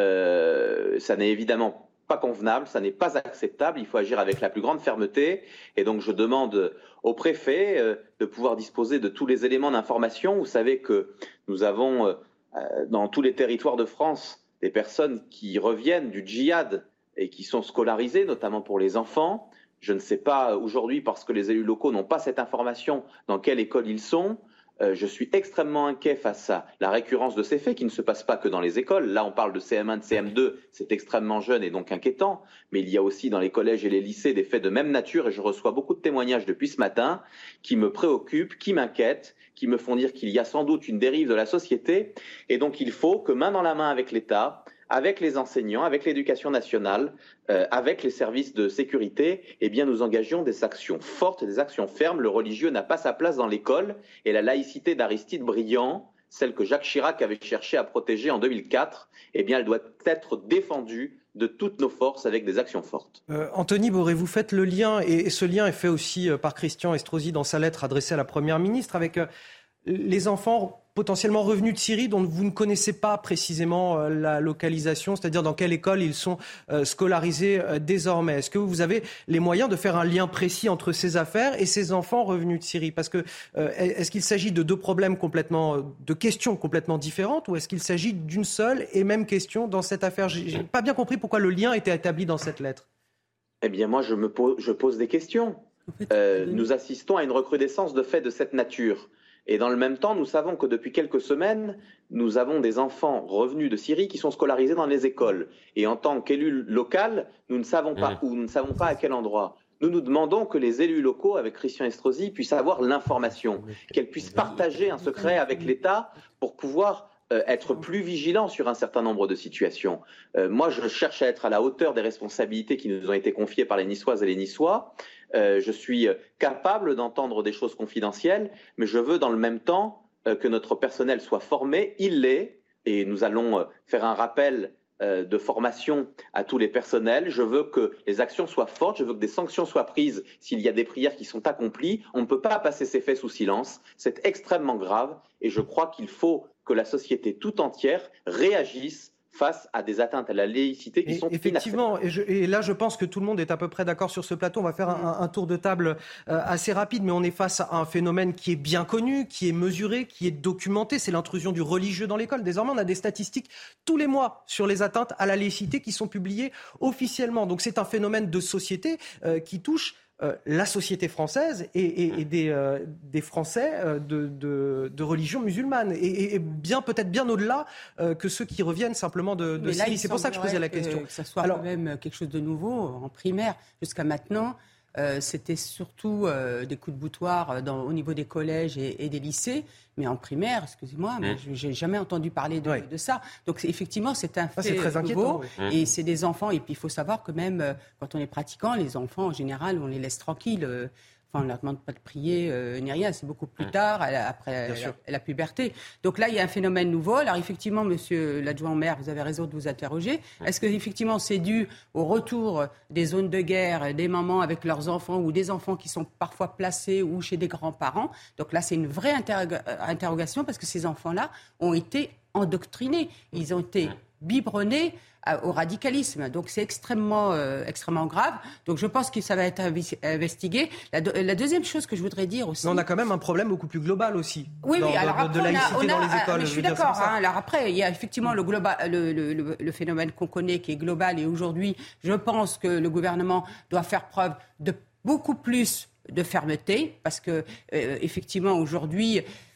Euh, ça n'est évidemment pas convenable, ça n'est pas acceptable, il faut agir avec la plus grande fermeté. Et donc je demande au préfet euh, de pouvoir disposer de tous les éléments d'information. Vous savez que nous avons euh, dans tous les territoires de France des personnes qui reviennent du djihad et qui sont scolarisées, notamment pour les enfants. Je ne sais pas aujourd'hui, parce que les élus locaux n'ont pas cette information, dans quelle école ils sont. Euh, je suis extrêmement inquiet face à la récurrence de ces faits qui ne se passent pas que dans les écoles. Là, on parle de C M un, de C M deux, c'est extrêmement jeune et donc inquiétant. Mais il y a aussi dans les collèges et les lycées des faits de même nature, et je reçois beaucoup de témoignages depuis ce matin qui me préoccupent, qui m'inquiètent, qui me font dire qu'il y a sans doute une dérive de la société. Et donc il faut que main dans la main avec l'État, avec les enseignants, avec l'éducation nationale, euh, avec les services de sécurité, eh bien, nous engagions des actions fortes, des actions fermes. Le religieux n'a pas sa place dans l'école, et la laïcité d'Aristide Briand, celle que Jacques Chirac avait cherché à protéger en deux mille quatre, eh bien, elle doit être défendue de toutes nos forces avec des actions fortes. Euh, Anthony Borré, vous faites le lien, et ce lien est fait aussi par Christian Estrosi dans sa lettre adressée à la Première ministre, avec euh, les enfants potentiellement revenus de Syrie dont vous ne connaissez pas précisément euh, la localisation, c'est-à-dire dans quelle école ils sont euh, scolarisés euh, désormais. Est-ce que vous avez les moyens de faire un lien précis entre ces affaires et ces enfants revenus de Syrie ? Parce que euh, est-ce qu'il s'agit de deux problèmes complètement, de questions complètement différentes, ou est-ce qu'il s'agit d'une seule et même question dans cette affaire ? J'ai, j'ai pas bien compris pourquoi le lien était établi dans cette lettre. Eh bien, moi, je me pose, je pose des questions. Euh, nous assistons à une recrudescence de faits de cette nature. Et dans le même temps, nous savons que depuis quelques semaines, nous avons des enfants revenus de Syrie qui sont scolarisés dans les écoles. Et en tant qu'élus locaux, nous ne savons pas où, nous ne savons pas à quel endroit. Nous nous demandons que les élus locaux, avec Christian Estrosi, puissent avoir l'information, qu'elles puissent partager un secret avec l'État pour pouvoir euh, être plus vigilants sur un certain nombre de situations. Euh, moi, je cherche à être à la hauteur des responsabilités qui nous ont été confiées par les Niçoises et les Niçois. Euh, je suis capable d'entendre des choses confidentielles, mais je veux dans le même temps euh, que notre personnel soit formé. Il l'est, et nous allons euh, faire un rappel euh, de formation à tous les personnels. Je veux que les actions soient fortes, je veux que des sanctions soient prises s'il y a des prières qui sont accomplies. On ne peut pas passer ces faits sous silence, c'est extrêmement grave, et je crois qu'il faut que la société tout entière réagisse face à des atteintes à la laïcité qui et sont effectivement, et, je, et là je pense que tout le monde est à peu près d'accord sur ce plateau. On va faire un, un tour de table euh, assez rapide, mais on est face à un phénomène qui est bien connu, qui est mesuré, qui est documenté. C'est l'intrusion du religieux dans l'école. Désormais, on a des statistiques tous les mois sur les atteintes à la laïcité qui sont publiées officiellement. Donc c'est un phénomène de société euh, qui touche Euh, la société française et, et, et des, euh, des Français euh, de, de, de religion musulmane, et, et bien peut-être bien au-delà euh, que ceux qui reviennent simplement de, de Syrie. C'est pour ça que je posais la question. Que, que ça soit Alors, quand même quelque chose de nouveau en primaire. Jusqu'à maintenant, euh, c'était surtout euh, des coups de boutoir dans, au niveau des collèges et, et des lycées. Mais en primaire, excusez-moi, mais je n'ai jamais entendu parler de, oui. de ça. Donc effectivement, c'est un fait ah, c'est très nouveau. Oui. Et c'est des enfants. Et puis il faut savoir que même euh, quand on est pratiquant, les enfants, en général, on les laisse tranquilles. Euh, Enfin, on ne leur demande pas de prier euh, ni rien. C'est beaucoup plus tard, après la, la puberté. Donc là, il y a un phénomène nouveau. Alors effectivement, monsieur l'adjoint au maire, vous avez raison de vous interroger. Est-ce que effectivement c'est dû au retour des zones de guerre, des mamans avec leurs enfants ou des enfants qui sont parfois placés ou chez des grands-parents? Donc là, c'est une vraie interro- interrogation parce que ces enfants-là ont été endoctrinés. Ils ont été biberonnés au radicalisme. Donc c'est extrêmement, euh, extrêmement grave. Donc je pense que ça va être investigué. La, de, la deuxième chose que je voudrais dire aussi... Mais on a quand même un problème beaucoup plus global aussi. Oui, dans, oui. Alors de, après, de laïcité on a, on a, dans les écoles. Mais je suis d'accord. Hein, alors après, il y a effectivement le, global, le, le, le, le phénomène qu'on connaît qui est global. Et aujourd'hui, je pense que le gouvernement doit faire preuve de beaucoup plus de fermeté. Parce que, euh, effectivement, aujourd'hui...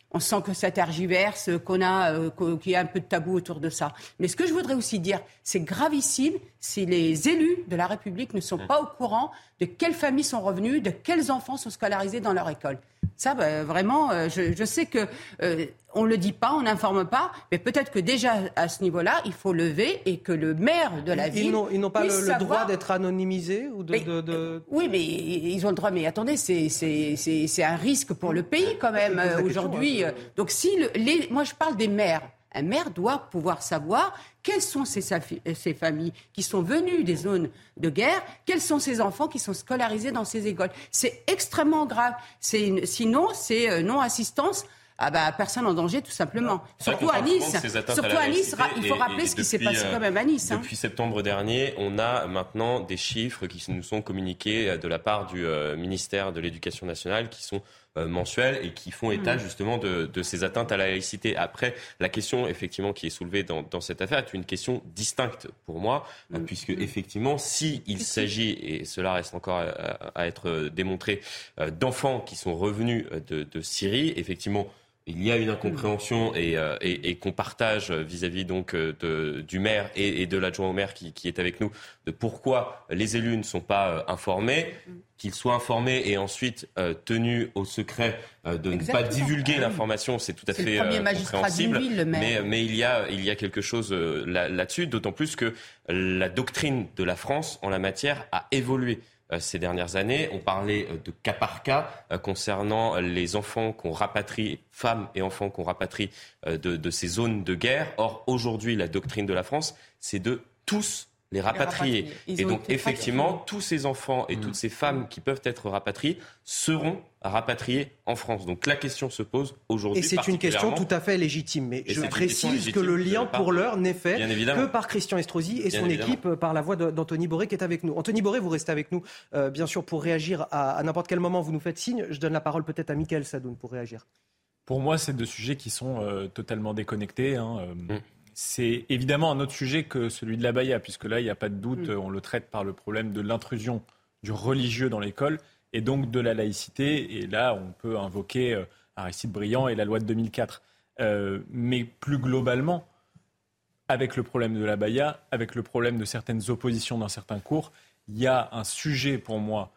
On sent que ça tergiverse, qu'on a, euh, qu'il y a un peu de tabou autour de ça. Mais ce que je voudrais aussi dire, c'est gravissime si les élus de la République ne sont pas au courant de quelles familles sont revenues, de quels enfants sont scolarisés dans leur école. Ça, bah, vraiment, euh, je, je sais que euh, on le dit pas, on n'informe pas, mais peut-être que déjà à ce niveau-là, il faut lever et que le maire de la ils, ville ils n'ont, ils n'ont pas le, savoir... le droit d'être anonymisés ou de, mais, de, de... Oui, mais ils ont le droit. Mais attendez, c'est, c'est, c'est, c'est un risque pour le pays quand même euh, aujourd'hui. Question, hein. Donc si le, les, moi je parle des maires. Un maire doit pouvoir savoir quelles sont ces, ces familles qui sont venues des zones de guerre, quels sont ces enfants qui sont scolarisés dans ces écoles. C'est extrêmement grave. C'est une, sinon, c'est euh, non-assistance à bah, personne en danger, tout simplement. Surtout à Nice. Surtout à Nice, il faut et, rappeler et ce qui s'est passé quand même à Nice. Depuis hein. septembre dernier, on a maintenant des chiffres qui nous sont communiqués de la part du euh, ministère de l'Éducation nationale qui sont euh, mensuels et qui font état mmh. justement de, de ces atteintes à la laïcité. Après, la question effectivement qui est soulevée dans, dans cette affaire est une question distincte pour moi, mmh. puisque mmh. effectivement, si il s'agit, et cela reste encore à, à être démontré, euh, d'enfants qui sont revenus de, de Syrie, effectivement, il y a une incompréhension et, euh, et, et qu'on partage vis-à-vis donc de, du maire et, et de l'adjoint au maire qui, qui est avec nous de pourquoi les élus ne sont pas euh, informés, qu'ils soient informés et ensuite euh, tenus au secret euh, de Exactement. ne pas divulguer l'information, c'est tout à c'est fait euh, compréhensible. Ville, mais, mais il y a il y a quelque chose euh, là, là-dessus, d'autant plus que la doctrine de la France en la matière a évolué. Ces dernières années, on parlait de cas par cas euh, concernant les enfants qu'on rapatrie, femmes et enfants qu'on rapatrie euh, de, de ces zones de guerre. Or, aujourd'hui, la doctrine de la France, c'est de tous les rapatrier. Les rapatrier. Et donc, effectivement, rapatriés. tous ces enfants et mmh. toutes ces femmes qui peuvent être rapatriés seront rapatriés en France. Donc, la question se pose aujourd'hui. Et c'est une question tout à fait légitime. Mais et je précise que le lien, pour l'heure, n'est fait que par Christian Estrosi et bien son évidemment. équipe, par la voix de, d'Anthony Boré, qui est avec nous. Anthony Boré, vous restez avec nous, euh, bien sûr, pour réagir à, à n'importe quel moment. Vous nous faites signe. Je donne la parole peut-être à Mickaël Sadoun pour réagir. Pour moi, c'est deux sujets qui sont euh, totalement déconnectés. Hein, euh, mmh. C'est évidemment un autre sujet que celui de l'abaya, puisque là, il n'y a pas de doute, mmh. on le traite par le problème de l'intrusion du religieux dans l'école et donc de la laïcité. Et là, on peut invoquer euh, Aristide Briand et la loi de deux mille quatre. Euh, mais plus globalement, avec le problème de l'abaya, avec le problème de certaines oppositions dans certains cours, il y a un sujet pour moi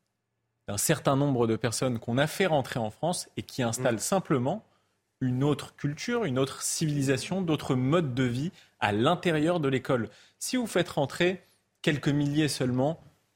d'un certain nombre de personnes qu'on a fait rentrer en France et qui installent mmh. simplement une autre culture, une autre civilisation, d'autres modes de vie à l'intérieur de l'école. Si vous faites rentrer quelques milliers seulement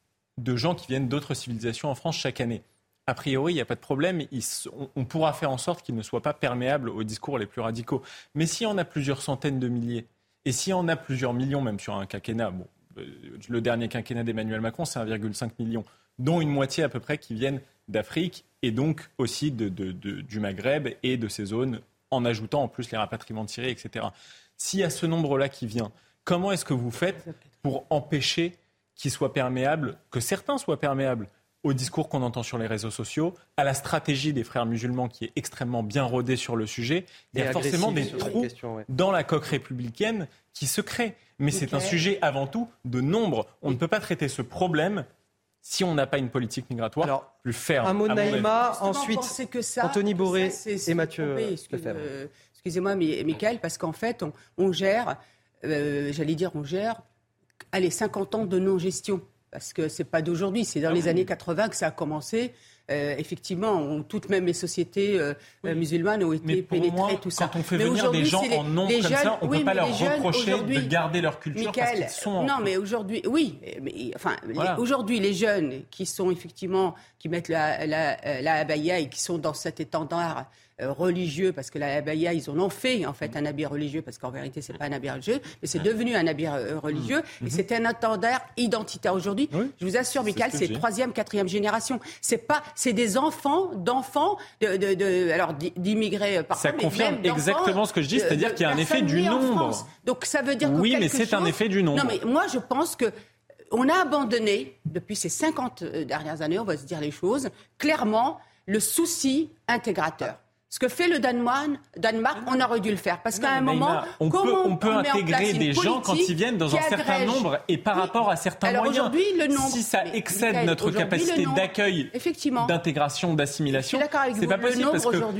de gens qui viennent d'autres civilisations en France chaque année, a priori, il n'y a pas de problème. Ils, on, on pourra faire en sorte qu'ils ne soient pas perméables aux discours les plus radicaux. Mais si on a plusieurs centaines de milliers, et si on a plusieurs millions, même sur un quinquennat, bon, le dernier quinquennat d'Emmanuel Macron, c'est un virgule cinq million, dont une moitié à peu près qui viennent d'Afrique et donc aussi de, de, de, du Maghreb et de ces zones, en ajoutant en plus les rapatriements de Syrie, et cetera. S'il y a ce nombre-là qui vient, comment est-ce que vous faites pour empêcher qu'ils soient perméables, que certains soient perméables au discours qu'on entend sur les réseaux sociaux, à la stratégie des frères musulmans qui est extrêmement bien rodée sur le sujet? Il y a forcément des trous question, ouais. dans la coque républicaine qui se créent. Mais okay. c'est un sujet avant tout de nombre. On ne peut pas traiter ce problème si on n'a pas une politique migratoire Alors, plus ferme. Un mot Naïma, ensuite que ça, Anthony Boré ça, c'est, c'est et Mathieu excuse, euh, Excusez-moi, Mickaël, parce qu'en fait, on, on gère, euh, j'allais dire, on gère, allez, cinquante ans de non-gestion. Parce que c'est pas d'aujourd'hui, c'est dans ah les oui. années quatre-vingts que ça a commencé. Euh, effectivement, on, toutes même les sociétés euh, oui. musulmanes ont été pénétrées, moi, tout ça. Quand on fait mais venir des gens les, en nombre comme jeunes, ça, on ne oui, peut pas leur reprocher de garder leur culture Mickaël, parce qu'ils sont... Non, mais aujourd'hui, oui. Mais, enfin, voilà. les, aujourd'hui, les jeunes qui sont effectivement, qui mettent la, la, la abaya et qui sont dans cet étendard euh, religieux, parce que la abaya, ils en ont fait en fait un habit religieux, parce qu'en vérité, c'est pas un habit religieux, mais c'est devenu un habit euh, religieux, mmh. et c'est un étendard identitaire aujourd'hui. Oui. Je vous assure, Mickaël, c'est, c'est troisième, quatrième génération. C'est pas, c'est des enfants, d'enfants, de, de, de alors d'immigrés parfois. Ça confirme exactement ce que je dis, c'est-à-dire qu'il y a un effet du nombre. Donc ça veut dire que oui, mais c'est chose... un effet du nombre. Non, mais moi je pense que on a abandonné depuis ces cinquante dernières années, on va se dire les choses clairement, le souci intégrateur. Ce que fait le Danemark, Danemark, on aurait dû le faire. Parce qu'à un moment, on peut, on peut on intégrer des gens quand ils viennent dans un certain nombre et par oui. rapport à certains Alors moyens. Aujourd'hui, le nombre, si ça excède Mickaël, notre capacité nombre, d'accueil, d'intégration, d'assimilation, c'est pas possible le nombre parce que aujourd'hui,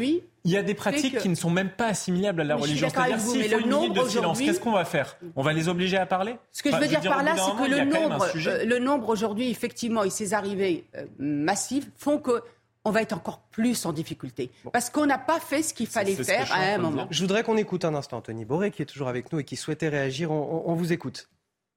Il y a des pratiques que... qui ne sont même pas assimilables à la mais religion. C'est-à-dire, s'il faut une minute de silence, qu'est-ce qu'on va faire ? On va les obliger à parler ? Ce que enfin, je veux dire, dire par là, c'est que le nombre, euh, le nombre aujourd'hui, effectivement, et ces arrivées euh, massives font que on va être encore plus en difficulté. Bon. Parce qu'on n'a pas fait ce qu'il fallait c'est, c'est faire à un moment. Je voudrais qu'on écoute un instant Anthony Borré, qui est toujours avec nous et qui souhaitait réagir. On, on, on vous écoute.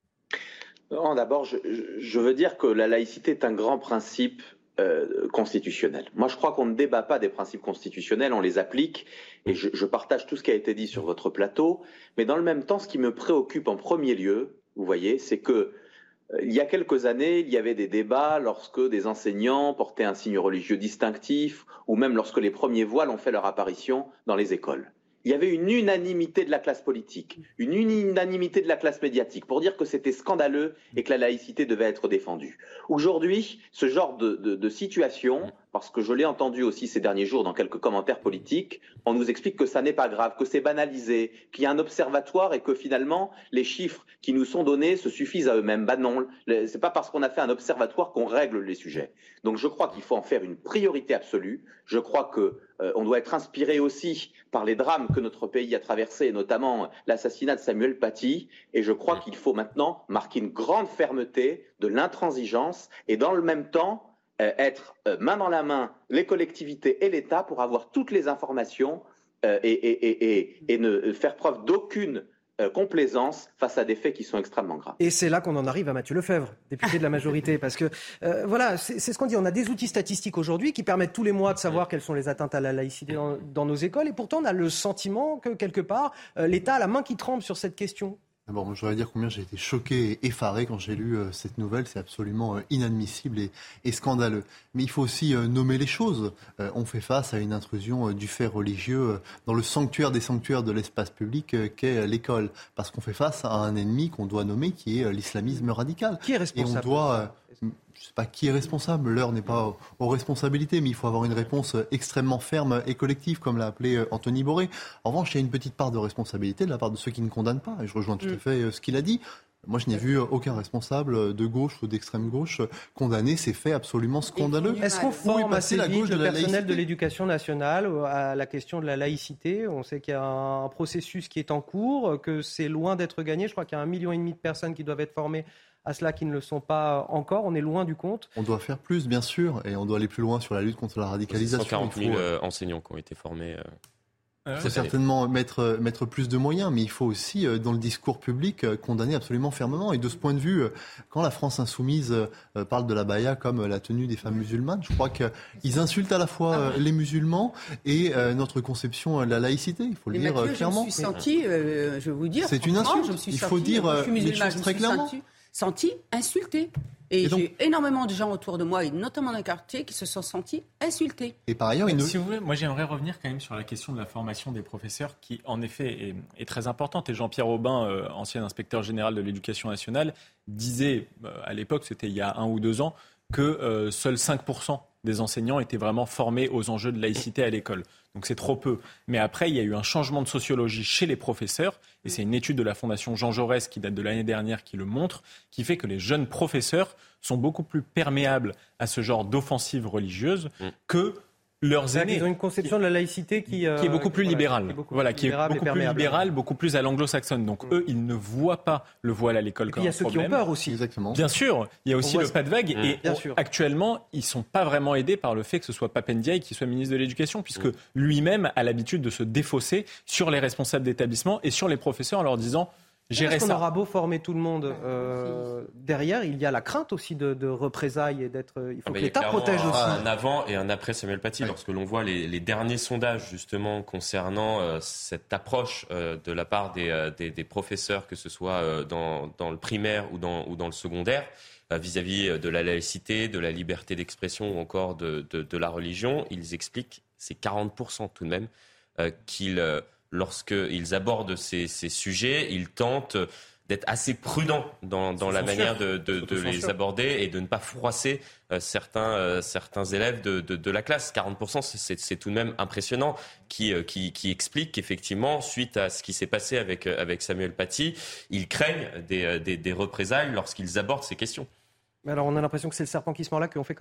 Non, d'abord, je, je veux dire que la laïcité est un grand principe euh, constitutionnel. Moi, je crois qu'on ne débat pas des principes constitutionnels, on les applique. Et je, je partage tout ce qui a été dit sur votre plateau. Mais dans le même temps, ce qui me préoccupe en premier lieu, vous voyez, c'est que il y a quelques années, il y avait des débats lorsque des enseignants portaient un signe religieux distinctif ou même lorsque les premiers voiles ont fait leur apparition dans les écoles. Il y avait une unanimité de la classe politique, une unanimité de la classe médiatique pour dire que c'était scandaleux et que la laïcité devait être défendue. Aujourd'hui, ce genre de, de, de situation, parce que je l'ai entendu aussi ces derniers jours dans quelques commentaires politiques, on nous explique que ça n'est pas grave, que c'est banalisé, qu'il y a un observatoire et que finalement les chiffres qui nous sont donnés se suffisent à eux-mêmes. Ben non, c'est pas parce qu'on a fait un observatoire qu'on règle les sujets. Donc je crois qu'il faut en faire une priorité absolue. Je crois que euh, on doit être inspiré aussi par les drames que notre pays a traversés, notamment l'assassinat de Samuel Paty. Et je crois qu'il faut maintenant marquer une grande fermeté, de l'intransigeance et dans le même temps euh, être euh, main dans la main les collectivités et l'État pour avoir toutes les informations euh, et, et, et, et, et ne faire preuve d'aucune Euh, complaisance face à des faits qui sont extrêmement graves. Et c'est là qu'on en arrive à Mathieu Lefebvre, député de la majorité, parce que euh, voilà, c'est, c'est ce qu'on dit. On a des outils statistiques aujourd'hui qui permettent tous les mois de savoir quelles sont les atteintes à la laïcité dans, dans nos écoles, et pourtant on a le sentiment que quelque part euh, l'État a la main qui tremble sur cette question. D'abord, moi, je voudrais dire combien j'ai été choqué et effaré quand j'ai lu euh, cette nouvelle. C'est absolument euh, inadmissible et, et scandaleux. Mais il faut aussi euh, nommer les choses. Euh, on fait face à une intrusion euh, du fait religieux euh, dans le sanctuaire des sanctuaires de l'espace public euh, qu'est euh, l'école. Parce qu'on fait face à un ennemi qu'on doit nommer qui est euh, l'islamisme radical. Qui est responsable ? Et on doit... Euh, je ne sais pas qui est responsable, l'heure n'est pas aux responsabilités, mais il faut avoir une réponse extrêmement ferme et collective, comme l'a appelé Anthony Borré. En revanche, il y a une petite part de responsabilité de la part de ceux qui ne condamnent pas, et je rejoins tout à fait ce qu'il a dit. Moi, je n'ai vu aucun responsable de gauche ou d'extrême gauche condamner ces faits absolument scandaleux. Est-ce qu'on forme assez vite le personnel de l'éducation nationale à la question de la laïcité ? On sait qu'il y a un processus qui est en cours, que c'est loin d'être gagné. Je crois qu'il y a un million et demi de personnes qui doivent être formées à cela qui ne le sont pas encore. On est loin du compte. On doit faire plus, bien sûr, et on doit aller plus loin sur la lutte contre la radicalisation. cent quarante mille euh, enseignants qui ont été formés. Euh... Il faut certainement mettre, mettre plus de moyens, mais il faut aussi, dans le discours public, condamner absolument fermement. Et de ce point de vue, quand la France insoumise parle de la baya comme la tenue des femmes musulmanes, je crois qu'ils insultent à la fois les musulmans et notre conception de la laïcité. Il faut le dire Mathieu, clairement. Je me suis senti, euh, je vais vous dire, c'est une insulte. Je me suis il senti, faut dire moi, je suis musulmane, les choses très clairement. Senti, senti insulté. Et, et donc, j'ai énormément de gens autour de moi, et notamment dans le quartier, qui se sont sentis insultés. Et par ailleurs, ne... si vous voulez, moi j'aimerais revenir quand même sur la question de la formation des professeurs, qui en effet est, est très importante. Et Jean-Pierre Aubin, euh, ancien inspecteur général de l'Éducation nationale, disait euh, à l'époque, c'était il y a un ou deux ans, que euh, seuls cinq pour cent des enseignants étaient vraiment formés aux enjeux de laïcité à l'école. Donc c'est trop peu. Mais après, il y a eu un changement de sociologie chez les professeurs, et c'est une étude de la Fondation Jean Jaurès qui date de l'année dernière qui le montre, qui fait que les jeunes professeurs sont beaucoup plus perméables à ce genre d'offensive religieuse mmh. que leurs aînés. Ils ont une conception de la laïcité qui, euh, qui est beaucoup plus voilà, libérale. Qui est beaucoup, voilà, qui est beaucoup plus libérale, beaucoup plus à l'anglo-saxonne. Donc mmh. eux, ils ne voient pas le voile à l'école comme un problème. Il y a ceux qui ont peur aussi. Exactement. Bien sûr, il y a aussi on le voit... pas de vague. Mmh. Et on, actuellement, ils ne sont pas vraiment aidés par le fait que ce soit Pape Ndiaye qui soit ministre de l'Éducation, puisque mmh. lui-même a l'habitude de se défausser sur les responsables d'établissement et sur les professeurs en leur disant... Gérer ça. On aura beau former tout le monde euh, derrière, il y a la crainte aussi de, de représailles et d'être. Il faut ah que l'État protège aussi. Un avant et un après Samuel Paty, oui. Lorsque l'on voit les, les derniers sondages justement concernant euh, cette approche euh, de la part des, euh, des, des professeurs, que ce soit euh, dans, dans le primaire ou dans, ou dans le secondaire, euh, vis-à-vis de la laïcité, de la liberté d'expression ou encore de, de, de la religion, ils expliquent, c'est quarante pour cent tout de même, euh, qu'ils euh, lorsqu'ils abordent ces, ces sujets, ils tentent d'être assez prudents dans, dans la manière de, de, de les aborder et de ne pas froisser euh, certains, euh, certains élèves de, de, de la classe. quarante pour cent, c'est, c'est tout de même impressionnant, qui, euh, qui, qui explique qu'effectivement, suite à ce qui s'est passé avec, avec Samuel Paty, ils craignent des, des, des représailles lorsqu'ils abordent ces questions. Mais alors on a l'impression que c'est le serpent qui se mord la queue, on fait comment ?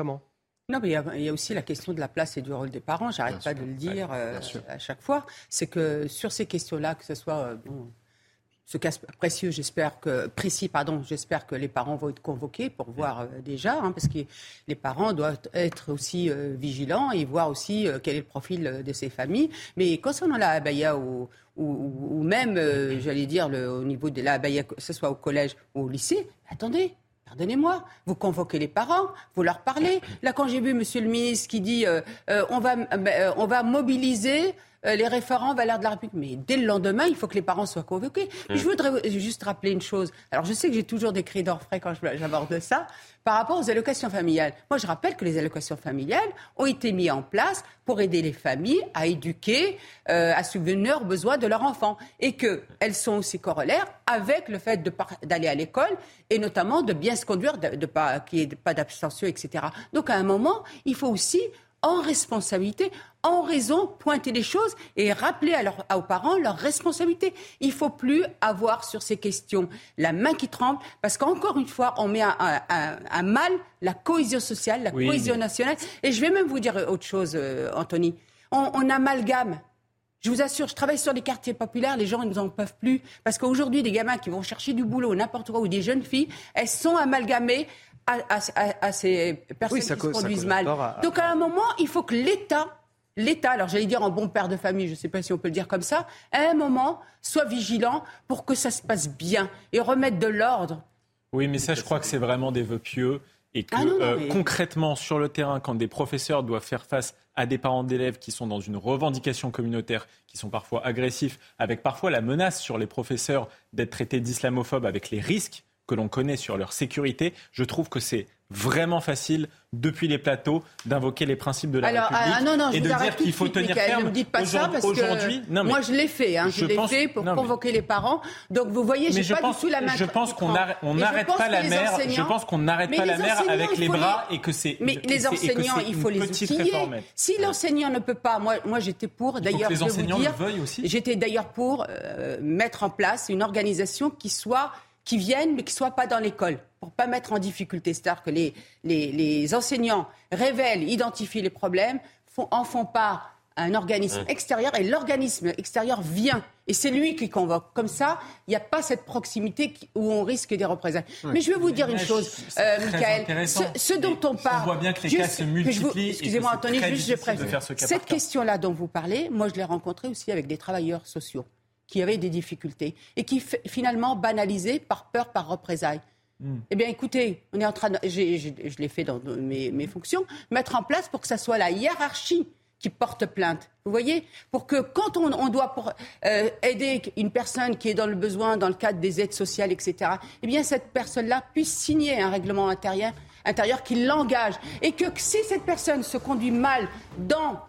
Non, mais il y, a, il y a aussi la question de la place et du rôle des parents. J'arrête bien pas sûr. de le dire euh, à chaque fois. C'est que sur ces questions-là, que ce soit euh, bon, ce cas précieux, j'espère que précis, pardon, j'espère que les parents vont être convoqués pour voir euh, déjà, hein, parce que les parents doivent être aussi euh, vigilants et voir aussi euh, quel est le profil de ces familles. Mais concernant la abaya ou, ou, ou même, euh, j'allais dire, le, au niveau de la abaya, que ce soit au collège ou au lycée, attendez. Pardonnez-moi, vous convoquez les parents, vous leur parlez. Là, quand j'ai vu Monsieur le ministre qui dit euh, euh, on va, euh, on va mobiliser euh, les référents valeurs de la République, mais dès le lendemain, il faut que les parents soient convoqués. Mmh. Je voudrais juste rappeler une chose. Alors, je sais que j'ai toujours des cris d'orfraie quand j'aborde ça, par rapport aux allocations familiales. Moi, je rappelle que les allocations familiales ont été mises en place pour aider les familles à éduquer, euh, à subvenir aux besoins de leurs enfants, et qu'elles sont aussi corollaires avec le fait de par- d'aller à l'école et notamment de bien se conduire, de, de pas, qu'il n'y ait pas d'abstention, et cetera. Donc, à un moment, il faut aussi, en responsabilité, en raison, pointer les choses et rappeler à leur, aux parents leurs responsabilités. Il ne faut plus avoir sur ces questions la main qui tremble, parce qu'encore une fois, on met à, à, à mal la cohésion sociale, la oui, cohésion mais... nationale. Et je vais même vous dire autre chose, euh, Anthony. On, on amalgame. Je vous assure, je travaille sur les quartiers populaires, les gens ils n'en peuvent plus. Parce qu'aujourd'hui, des gamins qui vont chercher du boulot n'importe quoi, ou des jeunes filles, elles sont amalgamées à, à, à, à ces personnes oui, qui se conduisent mal. À... Donc à un moment, il faut que l'État, l'État, alors j'allais dire en bon père de famille, je ne sais pas si on peut le dire comme ça, à un moment, soit vigilant pour que ça se passe bien et remettre de l'ordre. Oui, mais ça, je crois que c'est vraiment des vœux pieux. Et que ah non, non, euh, mais... concrètement, sur le terrain, quand des professeurs doivent faire face à des parents d'élèves qui sont dans une revendication communautaire, qui sont parfois agressifs, avec parfois la menace sur les professeurs d'être traités d'islamophobes, avec les risques que l'on connaît sur leur sécurité, je trouve que c'est vraiment facile, depuis les plateaux, d'invoquer les principes de la Alors, République ah, non, non, et de dire qu'il faut tenir Michael, ferme. Ne me dites pas ça parce aujourd'hui, que non, mais moi je l'ai fait, hein, je, je l'ai pense, fait pour non, convoquer mais... les parents. Donc vous voyez, mais j'ai pas pense, du tout la main. Je pense qu'on n'arrête pas la mère. Je pense qu'on n'arrête pas la mère avec les bras et que c'est. Mais les enseignants, il faut les outiller. Si l'enseignant ne peut pas, moi, moi j'étais pour. D'ailleurs, les enseignants le veuillent aussi. J'étais d'ailleurs pour mettre en place une organisation qui soit qui viennent, mais qui ne soient pas dans l'école, pour ne pas mettre en difficulté. C'est-à-dire que les, les, les enseignants révèlent, identifient les problèmes, font, en font part à un organisme mmh. extérieur, et l'organisme extérieur vient. Et c'est lui qui convoque. Comme ça, il n'y a pas cette proximité qui, où on risque des représailles. Oui. Mais je vais vous dire une chose, euh, Michael. Ce, ce dont on parle... On voit bien que les juste, cas se multiplient. Excusez-moi, Anthony, juste je préfère. Ce cette question-là dont vous parlez, moi je l'ai rencontrée aussi avec des travailleurs sociaux qui avaient des difficultés et qui f- finalement banalisaient par peur, par représailles. Mm. Eh bien, écoutez, on est en train de, j'ai, j'ai, je l'ai fait dans mes, mes fonctions, mettre en place pour que ça soit la hiérarchie qui porte plainte. Vous voyez, pour que quand on, on doit pour, euh, aider une personne qui est dans le besoin, dans le cadre des aides sociales, et cetera, eh bien, cette personne-là puisse signer un règlement intérieur, intérieur qui l'engage, et que si cette personne se conduit mal dans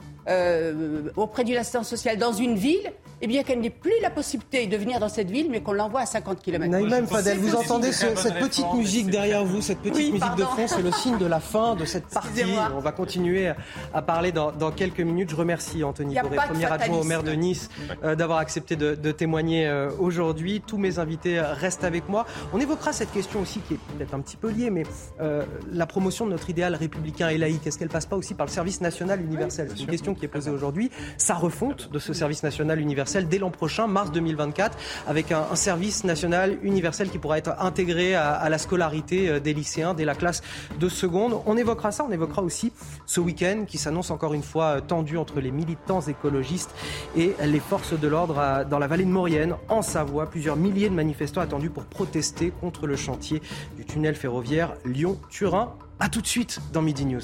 Euh, auprès d'une assistance sociale dans une ville, eh bien qu'elle n'ait plus la possibilité de venir dans cette ville, mais qu'on l'envoie à cinquante kilomètres. Naïma Mfadel, vous entendez ce, cette petite musique derrière vous, cette petite oui, musique pardon. de fond, c'est le signe de la fin de cette partie. On va continuer à parler dans, dans quelques minutes. Je remercie Anthony Boré, premier adjoint au maire de Nice, euh, d'avoir accepté de, de témoigner euh, aujourd'hui. Tous mes invités restent avec moi. On évoquera cette question aussi qui est peut-être un petit peu liée, mais euh, la promotion de notre idéal républicain et laïque, est-ce qu'elle passe pas aussi par le service national universel ? Oui, c'est une question qui est posée aujourd'hui. Sa refonte de ce service national universel dès l'an prochain, mars deux mille vingt-quatre, avec un, un service national universel qui pourra être intégré à, à la scolarité des lycéens dès la classe de seconde. On évoquera ça, on évoquera aussi ce week-end qui s'annonce encore une fois tendu entre les militants écologistes et les forces de l'ordre à, dans la vallée de Maurienne, en Savoie. Plusieurs milliers de manifestants attendus pour protester contre le chantier du tunnel ferroviaire Lyon-Turin. A tout de suite dans Midi News.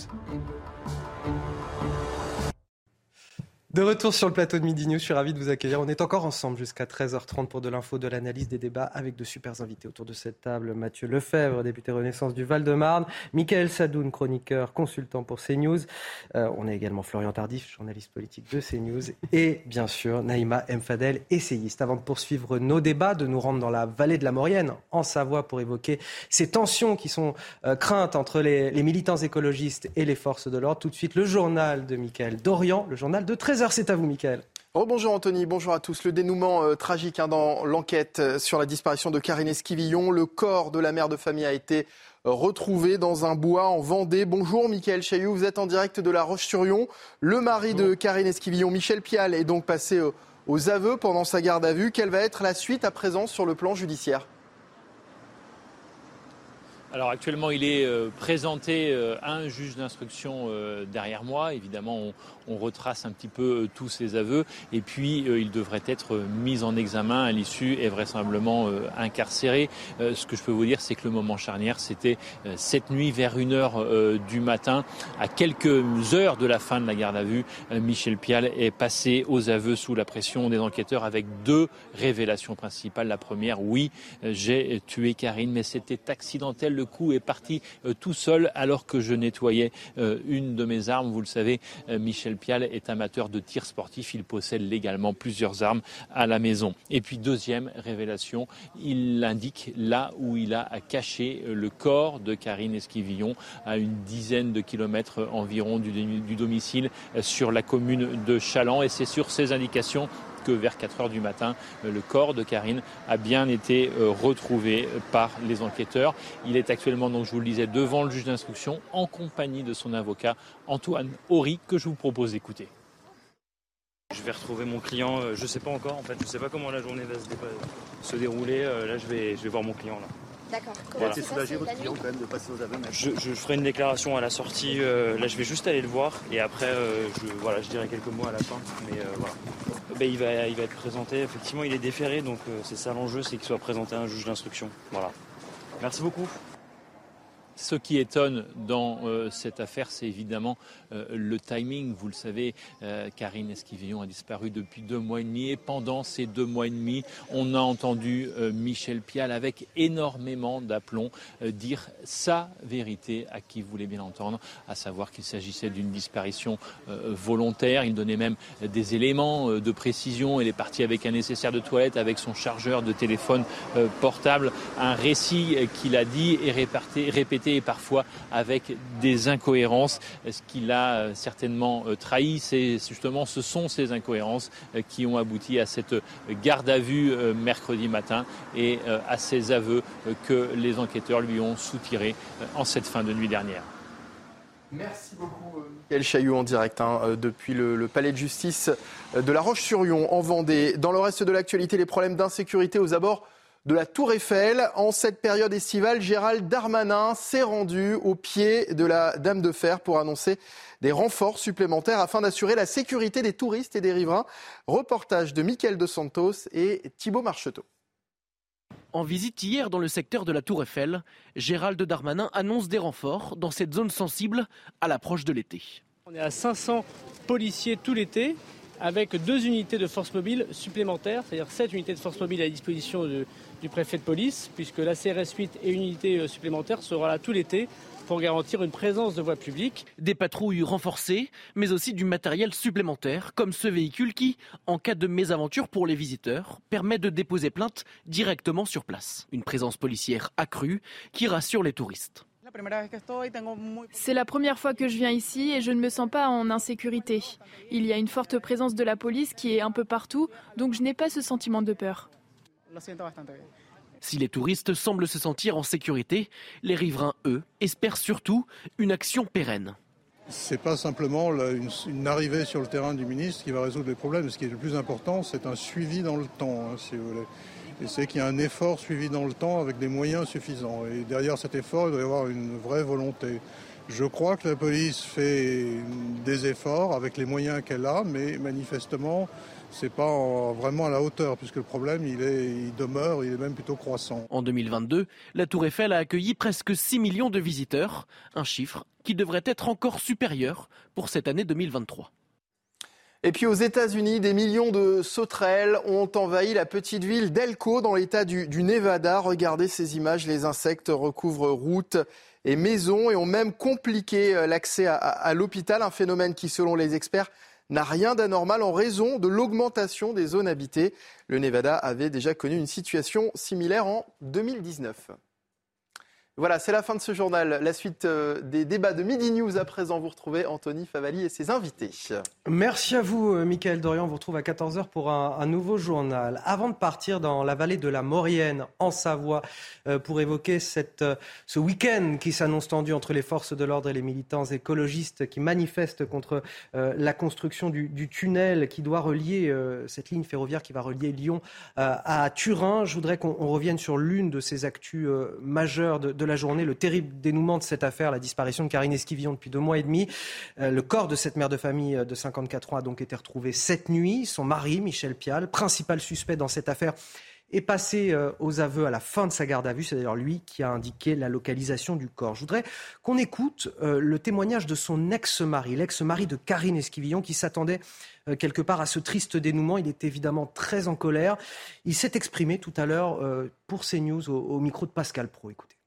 De retour sur le plateau de Midi News, je suis ravi de vous accueillir. On est encore ensemble jusqu'à treize heures trente pour de l'info, de l'analyse, des débats avec de super invités autour de cette table. Mathieu Lefebvre, député Renaissance du Val-de-Marne, Mickaël Sadoun, chroniqueur, consultant pour CNews. Euh, on a également Florian Tardif, journaliste politique de CNews. Et bien sûr, Naïma Mfadel, essayiste. Avant de poursuivre nos débats, de nous rendre dans la vallée de la Maurienne, en Savoie, pour évoquer ces tensions qui sont euh, craintes entre les, les militants écologistes et les forces de l'ordre. Tout de suite, le journal de Mickaël Dorian, le journal de treize heures. C'est à vous, Mickaël. Oh, bonjour Anthony, bonjour à tous. Le dénouement euh, tragique hein, dans l'enquête sur la disparition de Karine Esquivillon. Le corps de la mère de famille a été retrouvé dans un bois en Vendée. Bonjour Mickaël Chailloux, vous êtes en direct de La Roche-sur-Yon. Le mari Bonjour. de Karine Esquivillon, Michel Pial, est donc passé aux aveux pendant sa garde à vue. Quelle va être la suite à présent sur le plan judiciaire ? Alors actuellement, il est euh, présenté euh, à un juge d'instruction euh, derrière moi. Évidemment, on, on retrace un petit peu euh, tous ses aveux. Et puis, euh, il devrait être euh, mis en examen à l'issue et vraisemblablement euh, incarcéré. Euh, ce que je peux vous dire, c'est que le moment charnière, c'était euh, cette nuit vers une heure euh, du matin. À quelques heures de la fin de la garde à vue, euh, Michel Pial est passé aux aveux sous la pression des enquêteurs avec deux révélations principales. La première, oui, euh, j'ai tué Karine, mais c'était accidentel. Le coup est parti euh, tout seul alors que je nettoyais euh, une de mes armes. Vous le savez, euh, Michel Pial est amateur de tir sportif. Il possède légalement plusieurs armes à la maison. Et puis deuxième révélation, il indique là où il a caché le corps de Karine Esquivillon à une dizaine de kilomètres environ du, du domicile euh, sur la commune de Chaland. Et c'est sur ces indications que vers quatre heures du matin, le corps de Karine a bien été retrouvé par les enquêteurs. Il est actuellement, donc je vous le disais, devant le juge d'instruction en compagnie de son avocat Antoine Horry, que je vous propose d'écouter. Je vais retrouver mon client, je ne sais pas encore, en fait, je ne sais pas comment la journée va se, dé- se dérouler. Là, je vais, je vais voir mon client. Là. D'accord. Voilà. C'est soulagé votre client quand même de passer aux aveux même. Je, je ferai une déclaration à la sortie. Euh, là, je vais juste aller le voir et après, euh, je, voilà, je dirai quelques mots à la fin. Mais euh, voilà. Ben, il va, il va être présenté. Effectivement, il est déféré, donc euh, c'est ça l'enjeu, c'est qu'il soit présenté à un juge d'instruction. Voilà. Merci beaucoup. Ce qui étonne dans euh, cette affaire, c'est évidemment euh, le timing. Vous le savez, euh, Karine Esquivillon a disparu depuis deux mois et demi. Et pendant ces deux mois et demi, on a entendu euh, Michel Pial avec énormément d'aplomb euh, dire sa vérité à qui voulait bien l'entendre, à savoir qu'il s'agissait d'une disparition euh, volontaire. Il donnait même des éléments euh, de précision. Il est parti avec un nécessaire de toilette, avec son chargeur de téléphone euh, portable. Un récit euh, qu'il a dit et répété, répété et parfois avec des incohérences. Ce qu'il a certainement trahi, c'est justement, ce sont ces incohérences qui ont abouti à cette garde à vue mercredi matin et à ces aveux que les enquêteurs lui ont soutirés en cette fin de nuit dernière. Merci beaucoup, Mickaël Chailloux, en direct hein, depuis le, le palais de justice de La Roche-sur-Yon en Vendée. Dans le reste de l'actualité, les problèmes d'insécurité aux abords de la Tour Eiffel. En cette période estivale, Gérald Darmanin s'est rendu au pied de la Dame de Fer pour annoncer des renforts supplémentaires afin d'assurer la sécurité des touristes et des riverains. Reportage de Mickaël Dos Santos et Thibaut Marcheteau. En visite hier dans le secteur de la Tour Eiffel, Gérald Darmanin annonce des renforts dans cette zone sensible à l'approche de l'été. On est à cinq cents policiers tout l'été, avec deux unités de force mobile supplémentaires, c'est-à-dire sept unités de force mobile à disposition de, du préfet de police, puisque la C R S huit et une unité supplémentaire sera là tout l'été pour garantir une présence de voie publique. Des patrouilles renforcées, mais aussi du matériel supplémentaire, comme ce véhicule qui, en cas de mésaventure pour les visiteurs, permet de déposer plainte directement sur place. Une présence policière accrue qui rassure les touristes. C'est la première fois que je viens ici et je ne me sens pas en insécurité. Il y a une forte présence de la police qui est un peu partout, donc je n'ai pas ce sentiment de peur. Si les touristes semblent se sentir en sécurité, les riverains, eux, espèrent surtout une action pérenne. Ce n'est pas simplement la, une, une arrivée sur le terrain du ministre qui va résoudre les problèmes. Ce qui est le plus important, c'est un suivi dans le temps, hein, si vous voulez. Et c'est qu'il y a un effort suivi dans le temps avec des moyens suffisants. Et derrière cet effort, il doit y avoir une vraie volonté. Je crois que la police fait des efforts avec les moyens qu'elle a, mais manifestement, ce n'est pas vraiment à la hauteur, puisque le problème, il, est, il demeure, il est même plutôt croissant. En deux mille vingt-deux, la Tour Eiffel a accueilli presque six millions de visiteurs, un chiffre qui devrait être encore supérieur pour cette année deux mille vingt-trois. Et puis aux États-Unis, des millions de sauterelles ont envahi la petite ville d'Elko dans l'état du, du Nevada. Regardez ces images, les insectes recouvrent routes et maisons et ont même compliqué l'accès à, à l'hôpital. Un phénomène qui, selon les experts, n'a rien d'anormal en raison de l'augmentation des zones habitées. Le Nevada avait déjà connu une situation similaire en deux mille dix-neuf. Voilà, c'est la fin de ce journal. La suite euh, des débats de Midi News à présent. Vous retrouvez Anthony Favali et ses invités. Merci à vous, Mickaël Dorian. On vous retrouve à quatorze heures pour un, un nouveau journal. Avant de partir dans la vallée de la Maurienne, en Savoie, euh, pour évoquer cette, euh, ce week-end qui s'annonce tendu entre les forces de l'ordre et les militants écologistes qui manifestent contre euh, la construction du, du tunnel qui doit relier euh, cette ligne ferroviaire qui va relier Lyon euh, à Turin. Je voudrais qu'on on revienne sur l'une de ces actus euh, majeures de, de la journée, le terrible dénouement de cette affaire, la disparition de Karine Esquivillon depuis deux mois et demi. Euh, le corps de cette mère de famille de cinquante-quatre ans a donc été retrouvé cette nuit. Son mari, Michel Pial, principal suspect dans cette affaire, est passé euh, aux aveux à la fin de sa garde à vue. C'est d'ailleurs lui qui a indiqué la localisation du corps. Je voudrais qu'on écoute euh, le témoignage de son ex-mari, l'ex-mari de Karine Esquivillon, qui s'attendait euh, quelque part à ce triste dénouement. Il est évidemment très en colère. Il s'est exprimé tout à l'heure euh, pour CNews au, au micro de Pascal Praud. Écoutez.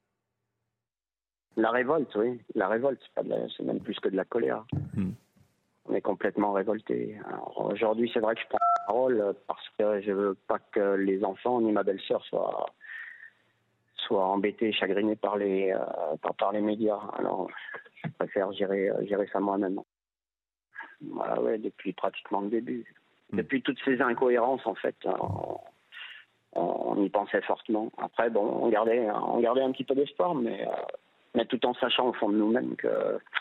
La révolte, oui. La révolte, c'est, pas de la, c'est même plus que de la colère. Mmh. On est complètement révoltés. Alors, aujourd'hui, c'est vrai que je prends la parole parce que je veux pas que les enfants ni ma belle-sœur soient, soient embêtés, chagrinés par les, euh, par, par les médias. Alors, je préfère gérer, gérer ça moi-même. Voilà, ouais, depuis pratiquement le début. Mmh. Depuis toutes ces incohérences, en fait, on, on y pensait fortement. Après, bon, on gardait, on gardait un petit peu d'espoir, mais... Euh, mais tout en sachant au fond de nous-mêmes que,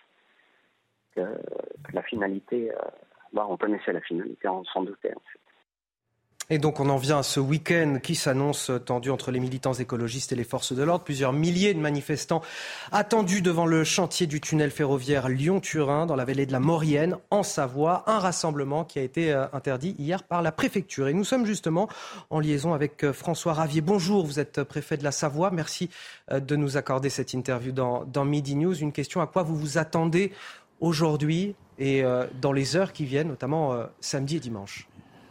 que, que la finalité, euh, bah, on connaissait la finalité, on s'en doutait en fait. Et donc on en vient à ce week-end qui s'annonce tendu entre les militants écologistes et les forces de l'ordre. Plusieurs milliers de manifestants attendus devant le chantier du tunnel ferroviaire Lyon-Turin dans la vallée de la Maurienne, en Savoie. Un rassemblement qui a été interdit hier par la préfecture. Et nous sommes justement en liaison avec François Ravier. Bonjour, vous êtes préfet de la Savoie. Merci de nous accorder cette interview dans, dans Midi News. Une question, à quoi vous vous attendez aujourd'hui et dans les heures qui viennent, notamment samedi et dimanche?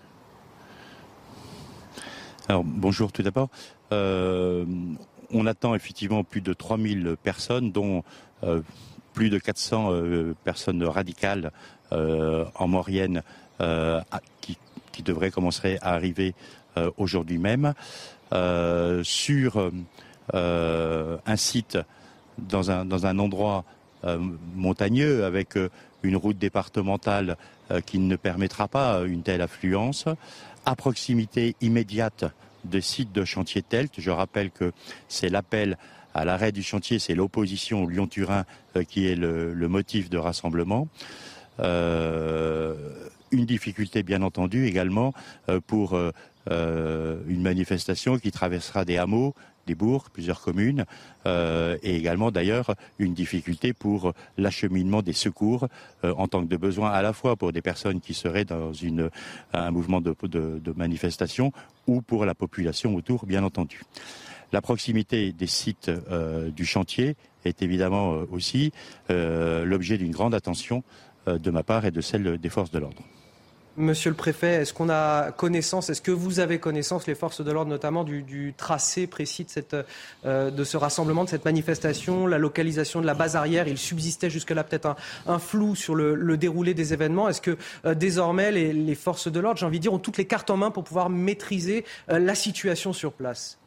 Alors, bonjour tout d'abord. Euh, on attend effectivement plus de trois mille personnes, dont euh, plus de quatre cents euh, personnes radicales euh, en Maurienne euh, qui, qui devraient commencer à arriver euh, aujourd'hui même. Euh, sur euh, un site dans un, dans un endroit euh, montagneux avec euh, une route départementale euh, qui ne permettra pas une telle affluence. À proximité immédiate de sites de chantier T E L T. Je rappelle que c'est l'appel à l'arrêt du chantier, c'est l'opposition au Lyon-Turin euh, qui est le, le motif de rassemblement. Euh, une difficulté bien entendu également euh, pour euh, euh, une manifestation qui traversera des hameaux, des bourgs, plusieurs communes, euh, et également d'ailleurs une difficulté pour l'acheminement des secours euh, en tant que de besoin à la fois pour des personnes qui seraient dans une, un mouvement de, de, de manifestation ou pour la population autour, bien entendu. La proximité des sites euh, du chantier est évidemment euh, aussi euh, l'objet d'une grande attention euh, de ma part et de celle des forces de l'ordre. Monsieur le préfet, est-ce qu'on a connaissance, est-ce que vous avez connaissance, les forces de l'ordre notamment, du, du tracé précis de, cette, euh, de ce rassemblement, de cette manifestation, la localisation de la base arrière? Il subsistait jusque-là peut-être un, un flou sur le, le déroulé des événements. Est-ce que euh, désormais les, les forces de l'ordre, j'ai envie de dire, ont toutes les cartes en main pour pouvoir maîtriser euh, la situation sur place?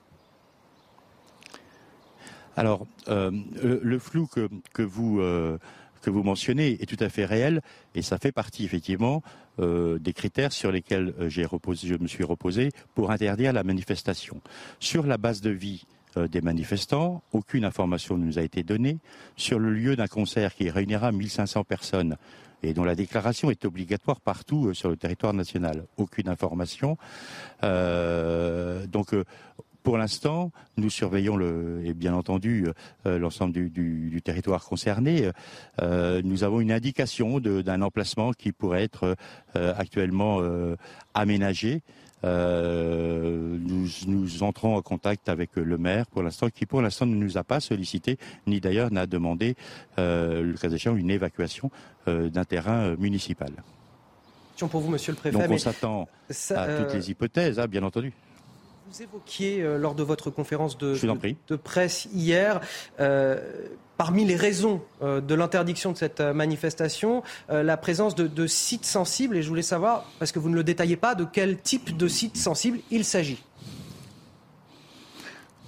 Alors, euh, le, le flou que, que vous... Euh, que vous mentionnez est tout à fait réel et ça fait partie effectivement euh, des critères sur lesquels j'ai reposé, je me suis reposé pour interdire la manifestation. Sur la base de vie euh, des manifestants, aucune information ne nous a été donnée. Sur le lieu d'un concert qui réunira mille cinq cents personnes et dont la déclaration est obligatoire partout euh, sur le territoire national, aucune information. Euh, donc euh, Pour l'instant, nous surveillons le, et bien entendu euh, l'ensemble du, du, du territoire concerné. Euh, nous avons une indication de, d'un emplacement qui pourrait être euh, actuellement euh, aménagé. Euh, nous, nous entrons en contact avec le maire pour l'instant, qui pour l'instant ne nous a pas sollicité, ni d'ailleurs n'a demandé, euh, le cas échéant, une évacuation euh, d'un terrain municipal. Pour vous, monsieur le préfet. Donc on mais s'attend ça, à euh... toutes les hypothèses, hein, bien entendu. Vous évoquiez euh, lors de votre conférence de, de, de presse hier, euh, parmi les raisons euh, de l'interdiction de cette euh, manifestation, euh, la présence de, de sites sensibles. Et je voulais savoir, parce que vous ne le détaillez pas, de quel type de sites sensibles il s'agit.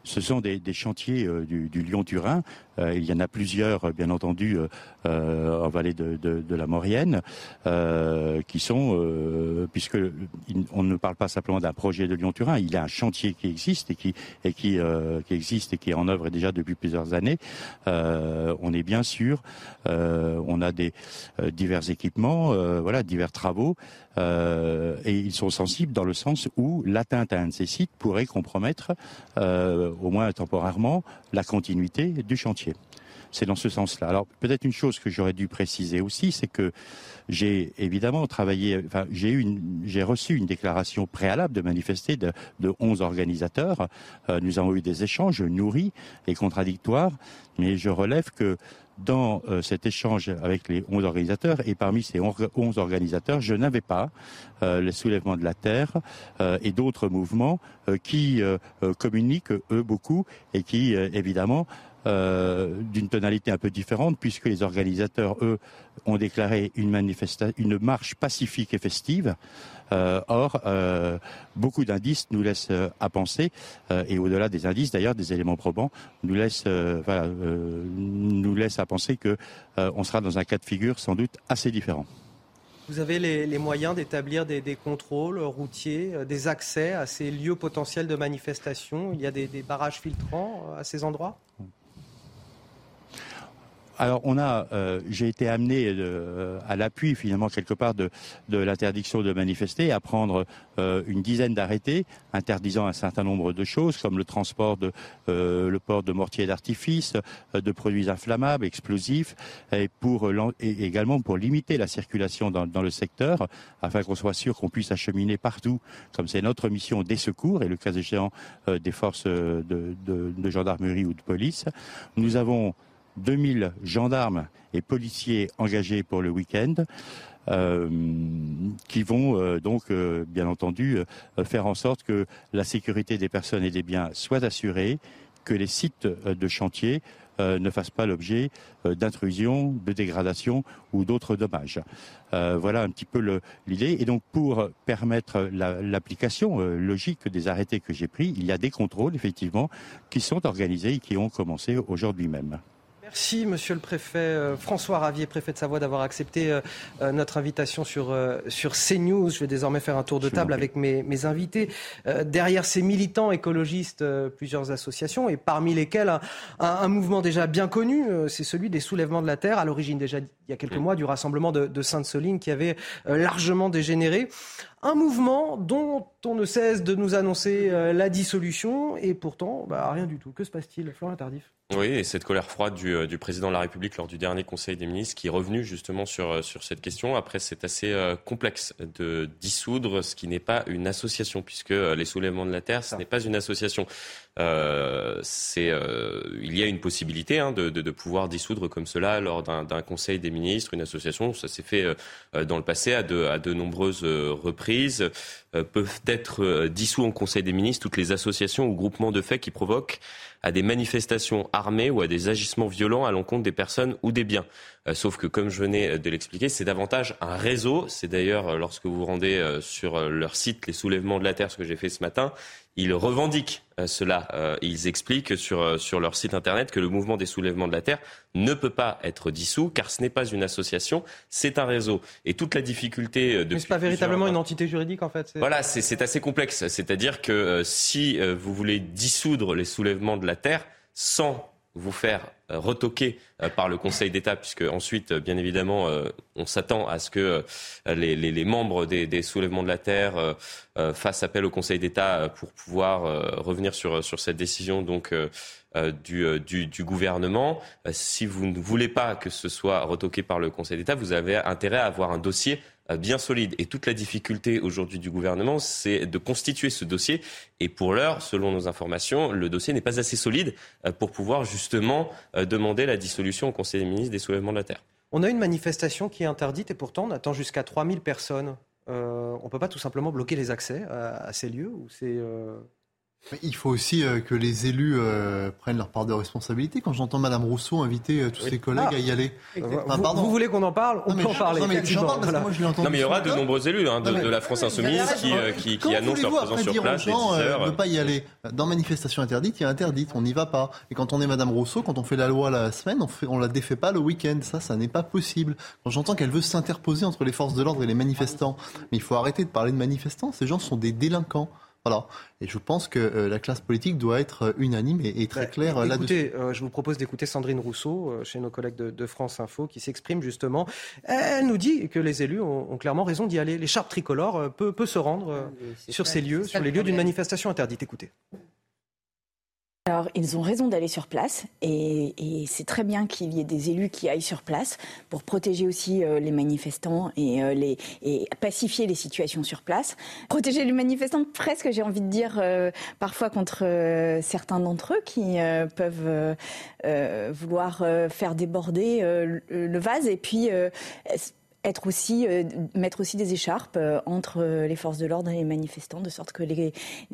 ce sont des, des chantiers euh, du, du Lyon-Turin. Euh, il y en a plusieurs, bien entendu, euh, en vallée de, de, de la Maurienne, euh, qui sont, euh, puisque on ne parle pas simplement d'un projet de Lyon-Turin, il y a un chantier qui existe et qui, et qui, euh, qui existe et qui est en œuvre déjà depuis plusieurs années. Euh, on est bien sûr, euh, on a des euh, divers équipements, euh, voilà, divers travaux, euh, et ils sont sensibles dans le sens où l'atteinte à un de ces sites pourrait compromettre, euh, au moins temporairement, la continuité du chantier. C'est dans ce sens-là. Alors peut-être une chose que j'aurais dû préciser aussi, c'est que j'ai évidemment travaillé, enfin j'ai eu, une, j'ai reçu une déclaration préalable de manifester de, de onze organisateurs. Euh, nous avons eu des échanges nourris et contradictoires, mais je relève que dans euh, cet échange avec les onze organisateurs, et parmi ces onze organisateurs, je n'avais pas euh, le soulèvement de la terre euh, et d'autres mouvements euh, qui euh, euh, communiquent eux beaucoup et qui euh, évidemment Euh, d'une tonalité un peu différente, puisque les organisateurs, eux, ont déclaré une manifestation, une marche pacifique et festive. Euh, or, euh, beaucoup d'indices nous laissent euh, à penser, euh, et au-delà des indices, d'ailleurs, des éléments probants, nous laissent, euh, voilà, euh, nous laissent à penser que euh, on sera dans un cas de figure sans doute assez différent. Vous avez les, les moyens d'établir des, des contrôles routiers, euh, des accès à ces lieux potentiels de manifestation. Il y a des, des barrages filtrants à ces endroits ? Alors on a, euh, j'ai été amené euh, à l'appui finalement quelque part de, de l'interdiction de manifester à prendre euh, une dizaine d'arrêtés interdisant un certain nombre de choses comme le transport de euh, le port de mortiers d'artifice, euh, de produits inflammables, explosifs, et pour et également pour limiter la circulation dans, dans le secteur afin qu'on soit sûr qu'on puisse acheminer partout, comme c'est notre mission, des secours et le cas échéant euh, des forces de, de, de gendarmerie ou de police. Nous avons deux mille gendarmes et policiers engagés pour le week-end euh, qui vont euh, donc euh, bien entendu euh, faire en sorte que la sécurité des personnes et des biens soit assurée, que les sites de chantier euh, ne fassent pas l'objet euh, d'intrusions, de dégradations ou d'autres dommages. Euh, voilà un petit peu le, l'idée. Et donc pour permettre la, l'application euh, logique des arrêtés que j'ai pris, il y a des contrôles effectivement qui sont organisés et qui ont commencé aujourd'hui même. Merci Monsieur le Préfet euh, François Ravier, préfet de Savoie, d'avoir accepté euh, euh, notre invitation sur, euh, sur CNews. Je vais désormais faire un tour de table avec mes, mes invités. Euh, derrière ces militants écologistes, euh, plusieurs associations, et parmi lesquelles un, un, un mouvement déjà bien connu, euh, c'est celui des soulèvements de la terre, à l'origine déjà il y a quelques mois du rassemblement de, de Sainte-Soline qui avait euh, largement dégénéré. Un mouvement dont on ne cesse de nous annoncer euh, la dissolution et pourtant bah, rien du tout. Que se passe-t-il, Florent Tardif ? Oui, et cette colère froide du, du président de la République lors du dernier Conseil des ministres qui est revenu justement sur, sur cette question. Après, c'est assez euh, complexe de dissoudre ce qui n'est pas une association, puisque euh, les soulèvements de la terre, ce n'est pas une association. Euh, c'est, euh, il y a une possibilité hein, de, de, de pouvoir dissoudre comme cela lors d'un, d'un Conseil des ministres, une association. Ça s'est fait euh, dans le passé à de, à de nombreuses euh, reprises. Euh, peuvent être euh, dissous en Conseil des ministres toutes les associations ou groupements de faits qui provoquent à des manifestations armées ou à des agissements violents à l'encontre des personnes ou des biens. Euh, sauf que, comme je venais de l'expliquer, c'est davantage un réseau. C'est d'ailleurs, euh, lorsque vous vous rendez euh, sur euh, leur site, les soulèvements de la terre, ce que j'ai fait ce matin, ils revendiquent euh, cela. Euh, ils expliquent sur, euh, sur leur site internet que le mouvement des soulèvements de la terre ne peut pas être dissous, car ce n'est pas une association, c'est un réseau. Et toute la difficulté... Euh, Mais c'est pas véritablement une entité juridique, en fait. C'est... Voilà, c'est, c'est assez complexe. C'est-à-dire que euh, si euh, vous voulez dissoudre les soulèvements de la terre sans vous faire euh, retoquer euh, par le Conseil d'État, puisque ensuite, euh, bien évidemment, euh, on s'attend à ce que euh, les, les, les membres des, des soulèvements de la terre euh, euh, fassent appel au Conseil d'État euh, pour pouvoir euh, revenir sur, sur cette décision donc, euh, euh, du, euh, du, du gouvernement. Euh, si vous ne voulez pas que ce soit retoqué par le Conseil d'État, vous avez intérêt à avoir un dossier bien solide. Et toute la difficulté aujourd'hui du gouvernement, c'est de constituer ce dossier. Et pour l'heure, selon nos informations, le dossier n'est pas assez solide pour pouvoir justement demander la dissolution au Conseil des ministres des soulèvements de la terre. On a une manifestation qui est interdite et pourtant on attend jusqu'à trois mille personnes. Euh, on ne peut pas tout simplement bloquer les accès à, à ces lieux ou c'est, euh... Il faut aussi euh, que les élus euh, prennent leur part de responsabilité. Quand j'entends Madame Rousseau inviter euh, tous oui. ses collègues ah. à y aller. Enfin, vous, vous voulez qu'on en parle? On non, peut en parler. Non, mais j'en parle parce que moi je l'ai entendu. Non, mais il y aura de nombreux élus hein, de, non, mais, de la France Insoumise qui, euh, qui, qui annoncent leur présence sur place. Quand vous euh, ne pas y aller. Dans manifestation interdite, il y a interdite. On n'y va pas. Et quand on est Madame Rousseau, quand on fait la loi la semaine, on fait, on la défait pas le week-end. Ça, ça n'est pas possible. Quand j'entends qu'elle veut s'interposer entre les forces de l'ordre et les manifestants, mais il faut arrêter de parler de manifestants. Ces gens sont des délinquants. Voilà. Et je pense que euh, la classe politique doit être euh, unanime et, et très bah, claire euh, là-dessus. Euh, je vous propose d'écouter Sandrine Rousseau, euh, chez nos collègues de, de France Info, qui s'exprime justement. Elle nous dit que les élus ont, ont clairement raison d'y aller. L'écharpe tricolore euh, peut, peut se rendre euh, sur ça, ces lieux, sur les lieux d'une manifestation interdite. Écoutez. Alors, ils ont raison d'aller sur place et, et c'est très bien qu'il y ait des élus qui aillent sur place pour protéger aussi euh, les manifestants et, euh, les, et pacifier les situations sur place. Protéger les manifestants, presque, j'ai envie de dire, euh, parfois contre euh, certains d'entre eux qui euh, peuvent euh, euh, vouloir euh, faire déborder euh, le, le vase et puis... Euh, être aussi, euh, mettre aussi des écharpes euh, entre euh, les forces de l'ordre et les manifestants, de sorte que les,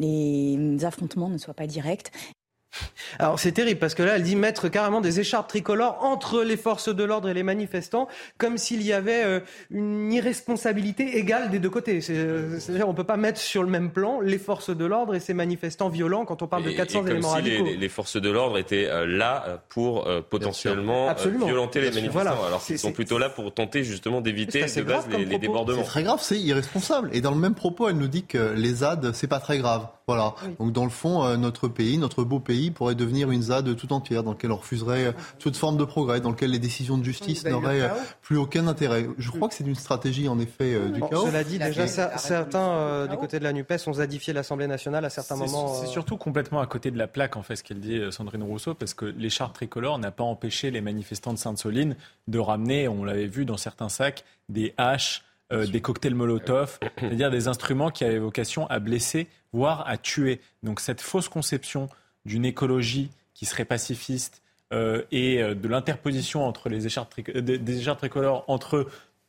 les affrontements ne soient pas directs. Alors c'est terrible parce que là elle dit mettre carrément des écharpes tricolores entre les forces de l'ordre et les manifestants comme s'il y avait euh, une irresponsabilité égale des deux côtés. C'est, c'est-à-dire on ne peut pas mettre sur le même plan les forces de l'ordre et ces manifestants violents quand on parle de quatre cents et éléments comme si radicaux. Les, les forces de l'ordre étaient euh, là pour euh, potentiellement euh, violenter les manifestants voilà. alors qu'ils c'est, sont plutôt là pour tenter justement d'éviter de base les, les débordements. C'est très grave, c'est irresponsable. Et dans le même propos elle nous dit que les Z A D c'est pas très grave. Voilà. Oui. Donc dans le fond euh, notre pays, notre beau pays pourrait devenir une Z A D tout entière dans laquelle on refuserait toute forme de progrès, dans laquelle les décisions de justice oui, n'auraient plus aucun intérêt. Je crois que c'est une stratégie en effet euh, du bon, chaos. Cela dit, déjà ça, certains euh, du côté de la NUPES ont zadifié l'Assemblée nationale à certains c'est, moments. C'est euh... surtout complètement à côté de la plaque en fait ce qu'elle dit Sandrine Rousseau parce que l'écharpe tricolore n'a pas empêché les manifestants de Sainte-Soline de ramener, on l'avait vu dans certains sacs, des haches, Euh, des cocktails Molotov, c'est-à-dire des instruments qui avaient vocation à blesser, voire à tuer. Donc cette fausse conception d'une écologie qui serait pacifiste euh, et euh, de l'interposition entre les écharpes, tri- euh, des, des écharpes tricolores entre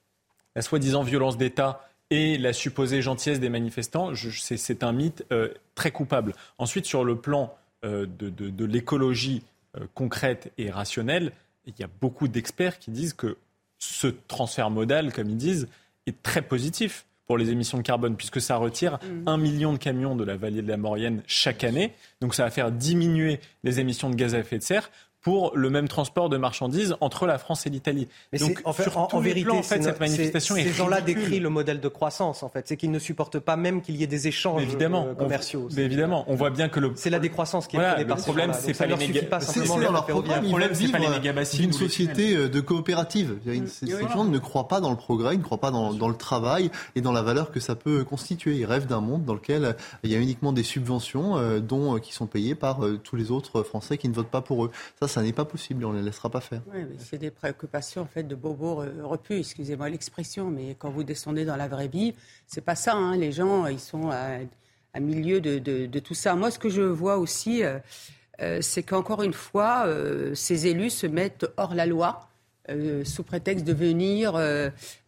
la soi-disant violence d'État et la supposée gentillesse des manifestants, je, c'est, c'est un mythe euh, très coupable. Ensuite, sur le plan euh, de, de, de l'écologie euh, concrète et rationnelle, il y a beaucoup d'experts qui disent que ce transfert modal, comme ils disent, est très positif pour les émissions de carbone, puisque ça retire mmh. un million de camions de la vallée de la Maurienne chaque année. Donc ça va faire diminuer les émissions de gaz à effet de serre pour le même transport de marchandises entre la France et l'Italie. Mais donc, en, fait, en, en vérité, plans, en fait, cette manifestation c'est, est ces gens-là décrivent le modèle de croissance. En fait, c'est qu'ils ne supportent pas même qu'il y ait des échanges évidemment, euh, commerciaux. On, mais évidemment, on voit bien que le c'est la décroissance qui est voilà, prônée par le problème, ces c'est pas les méga... pas c'est, c'est dans leur programme. Le problème, c'est pas les mégabassines. Une société de coopérative. Une, ces oui, gens ne croient pas dans le progrès, ils ne croient pas dans, dans le travail et dans la valeur que ça peut constituer. Ils rêvent d'un monde dans lequel il y a uniquement des subventions, euh, dont qui sont payées par euh, tous les autres Français qui ne votent pas pour eux. Ça, ça n'est pas possible. On ne les laissera pas faire. Oui, mais c'est des préoccupations en fait de bobos repus, excusez-moi l'expression, mais quand vous descendez dans la vraie vie, c'est pas ça. Hein. Les gens, ils sont à, à milieu de, de, de tout ça. Moi, ce que je vois aussi, euh, euh, c'est qu'encore une fois, euh, ces élus se mettent hors la loi. Euh, sous prétexte de venir euh,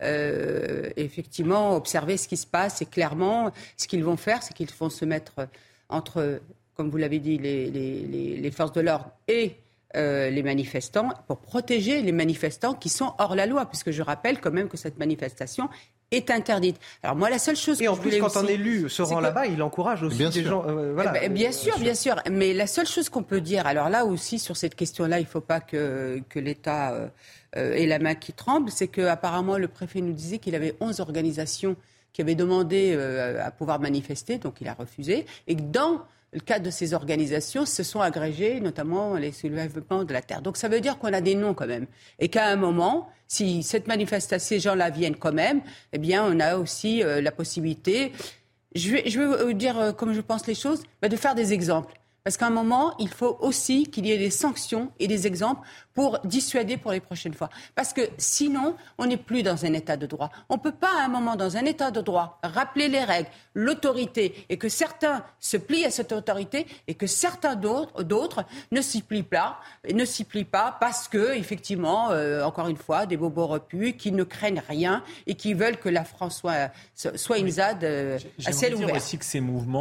euh, effectivement observer ce qui se passe et clairement, ce qu'ils vont faire, c'est qu'ils vont se mettre entre, comme vous l'avez dit, les, les, les, les forces de l'ordre et Euh, les manifestants, pour protéger les manifestants qui sont hors la loi, puisque je rappelle quand même que cette manifestation est interdite. Alors moi, la seule chose et que en je plus, quand aussi, un élu se rend que... là-bas, il encourage aussi bien des sûr. gens. Euh, voilà. Eh ben, bien sûr, bien sûr. Mais la seule chose qu'on peut dire, alors là aussi sur cette question-là, il ne faut pas que que l'État euh, ait la main qui tremble, c'est que apparemment le préfet nous disait qu'il avait onze organisations qui avaient demandé euh, à pouvoir manifester, donc il a refusé, et que dans le cadre de ces organisations se sont agrégés, notamment les soulèvements de la terre. Donc ça veut dire qu'on a des noms quand même. Et qu'à un moment, si cette manifestation, ces gens-là viennent quand même, eh bien on a aussi euh, la possibilité, je vais, je vais vous dire euh, comme je pense les choses, bah, de faire des exemples. Parce qu'à un moment, il faut aussi qu'il y ait des sanctions et des exemples pour dissuader pour les prochaines fois. Parce que sinon, on n'est plus dans un état de droit. On ne peut pas, à un moment, dans un état de droit, rappeler les règles, l'autorité, et que certains se plient à cette autorité et que certains d'autres, d'autres ne s'y plient pas, ne s'y plient pas parce que, effectivement, euh, encore une fois, des bobos repus qui ne craignent rien et qui veulent que la France soit, soit une Z A D euh, à ciel ouvert. J'aimerais dire aussi que ces mouvements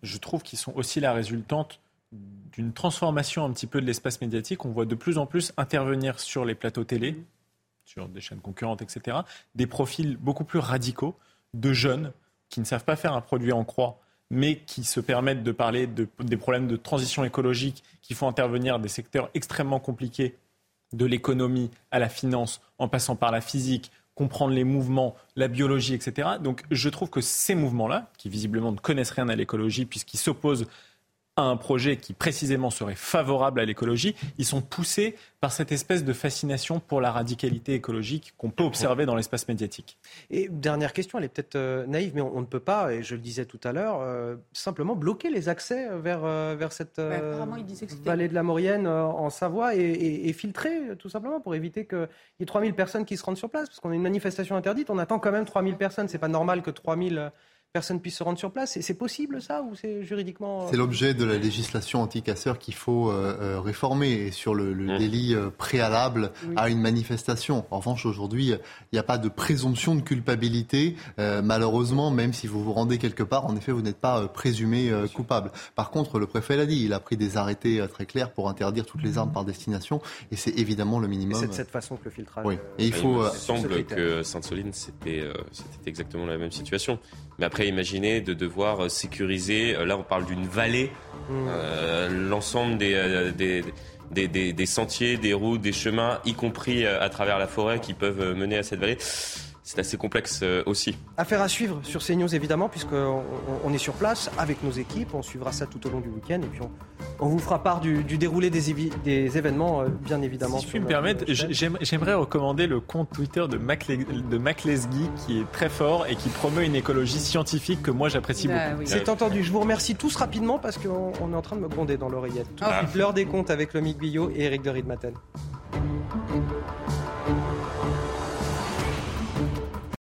je trouve qu'ils sont aussi la résultante d'une transformation un petit peu de l'espace médiatique. On voit de plus en plus intervenir sur les plateaux télé, sur des chaînes concurrentes, et cetera, des profils beaucoup plus radicaux de jeunes qui ne savent pas faire un produit en croix, mais qui se permettent de parler de, des problèmes de transition écologique, qui font intervenir des secteurs extrêmement compliqués, de l'économie à la finance, en passant par la physique, comprendre les mouvements, la biologie, et cetera. Donc je trouve que ces mouvements-là, qui visiblement ne connaissent rien à l'écologie, puisqu'ils s'opposent à un projet qui précisément serait favorable à l'écologie, ils sont poussés par cette espèce de fascination pour la radicalité écologique qu'on peut observer dans l'espace médiatique. Et dernière question, elle est peut-être euh, naïve, mais on, on ne peut pas, et je le disais tout à l'heure, euh, simplement bloquer les accès vers, euh, vers cette euh, ouais, vallée de la Maurienne euh, en Savoie et, et, et filtrer, tout simplement, pour éviter qu'il y ait trois mille personnes qui se rendent sur place, parce qu'on a une manifestation interdite, on attend quand même trois mille personnes, c'est pas normal que trois mille personne puisse se rendre sur place. Et c'est possible, ça, ou c'est juridiquement... C'est l'objet de la législation anti-casseurs qu'il faut euh, réformer, et sur le, le délit euh, préalable oui. à une manifestation. En revanche, aujourd'hui, il n'y a pas de présomption de culpabilité. Euh, malheureusement, même si vous vous rendez quelque part, en effet, vous n'êtes pas euh, présumé euh, coupable. Par contre, le préfet l'a dit, il a pris des arrêtés euh, très clairs pour interdire toutes les armes par destination, et c'est évidemment le minimum. Et c'est de cette façon que le filtrage... Oui. Et il, il faut, me euh, semble que Sainte-Soline, c'était, euh, c'était exactement la même situation. Mais après, imaginez de devoir sécuriser, là on parle d'une vallée, mmh. euh, l'ensemble des, euh, des, des, des, des sentiers, des routes, des chemins, y compris à travers la forêt qui peuvent mener à cette vallée. C'est assez complexe aussi. Affaire à suivre sur CNews, évidemment, puisqu'on on est sur place avec nos équipes. On suivra ça tout au long du week-end. Et puis, on, on vous fera part du, du déroulé des, évi- des événements, bien évidemment. Si je puis me permettre, j'aime, j'aimerais recommander le compte Twitter de Mac, de Mac Lesguy, qui est très fort et qui promeut une écologie scientifique que moi j'apprécie bah, beaucoup. Oui. C'est entendu. Je vous remercie tous rapidement parce qu'on on est en train de me gronder dans l'oreillette. Tout de suite, l'heure des comptes avec Lomique Guillot et Éric de Ridmaten.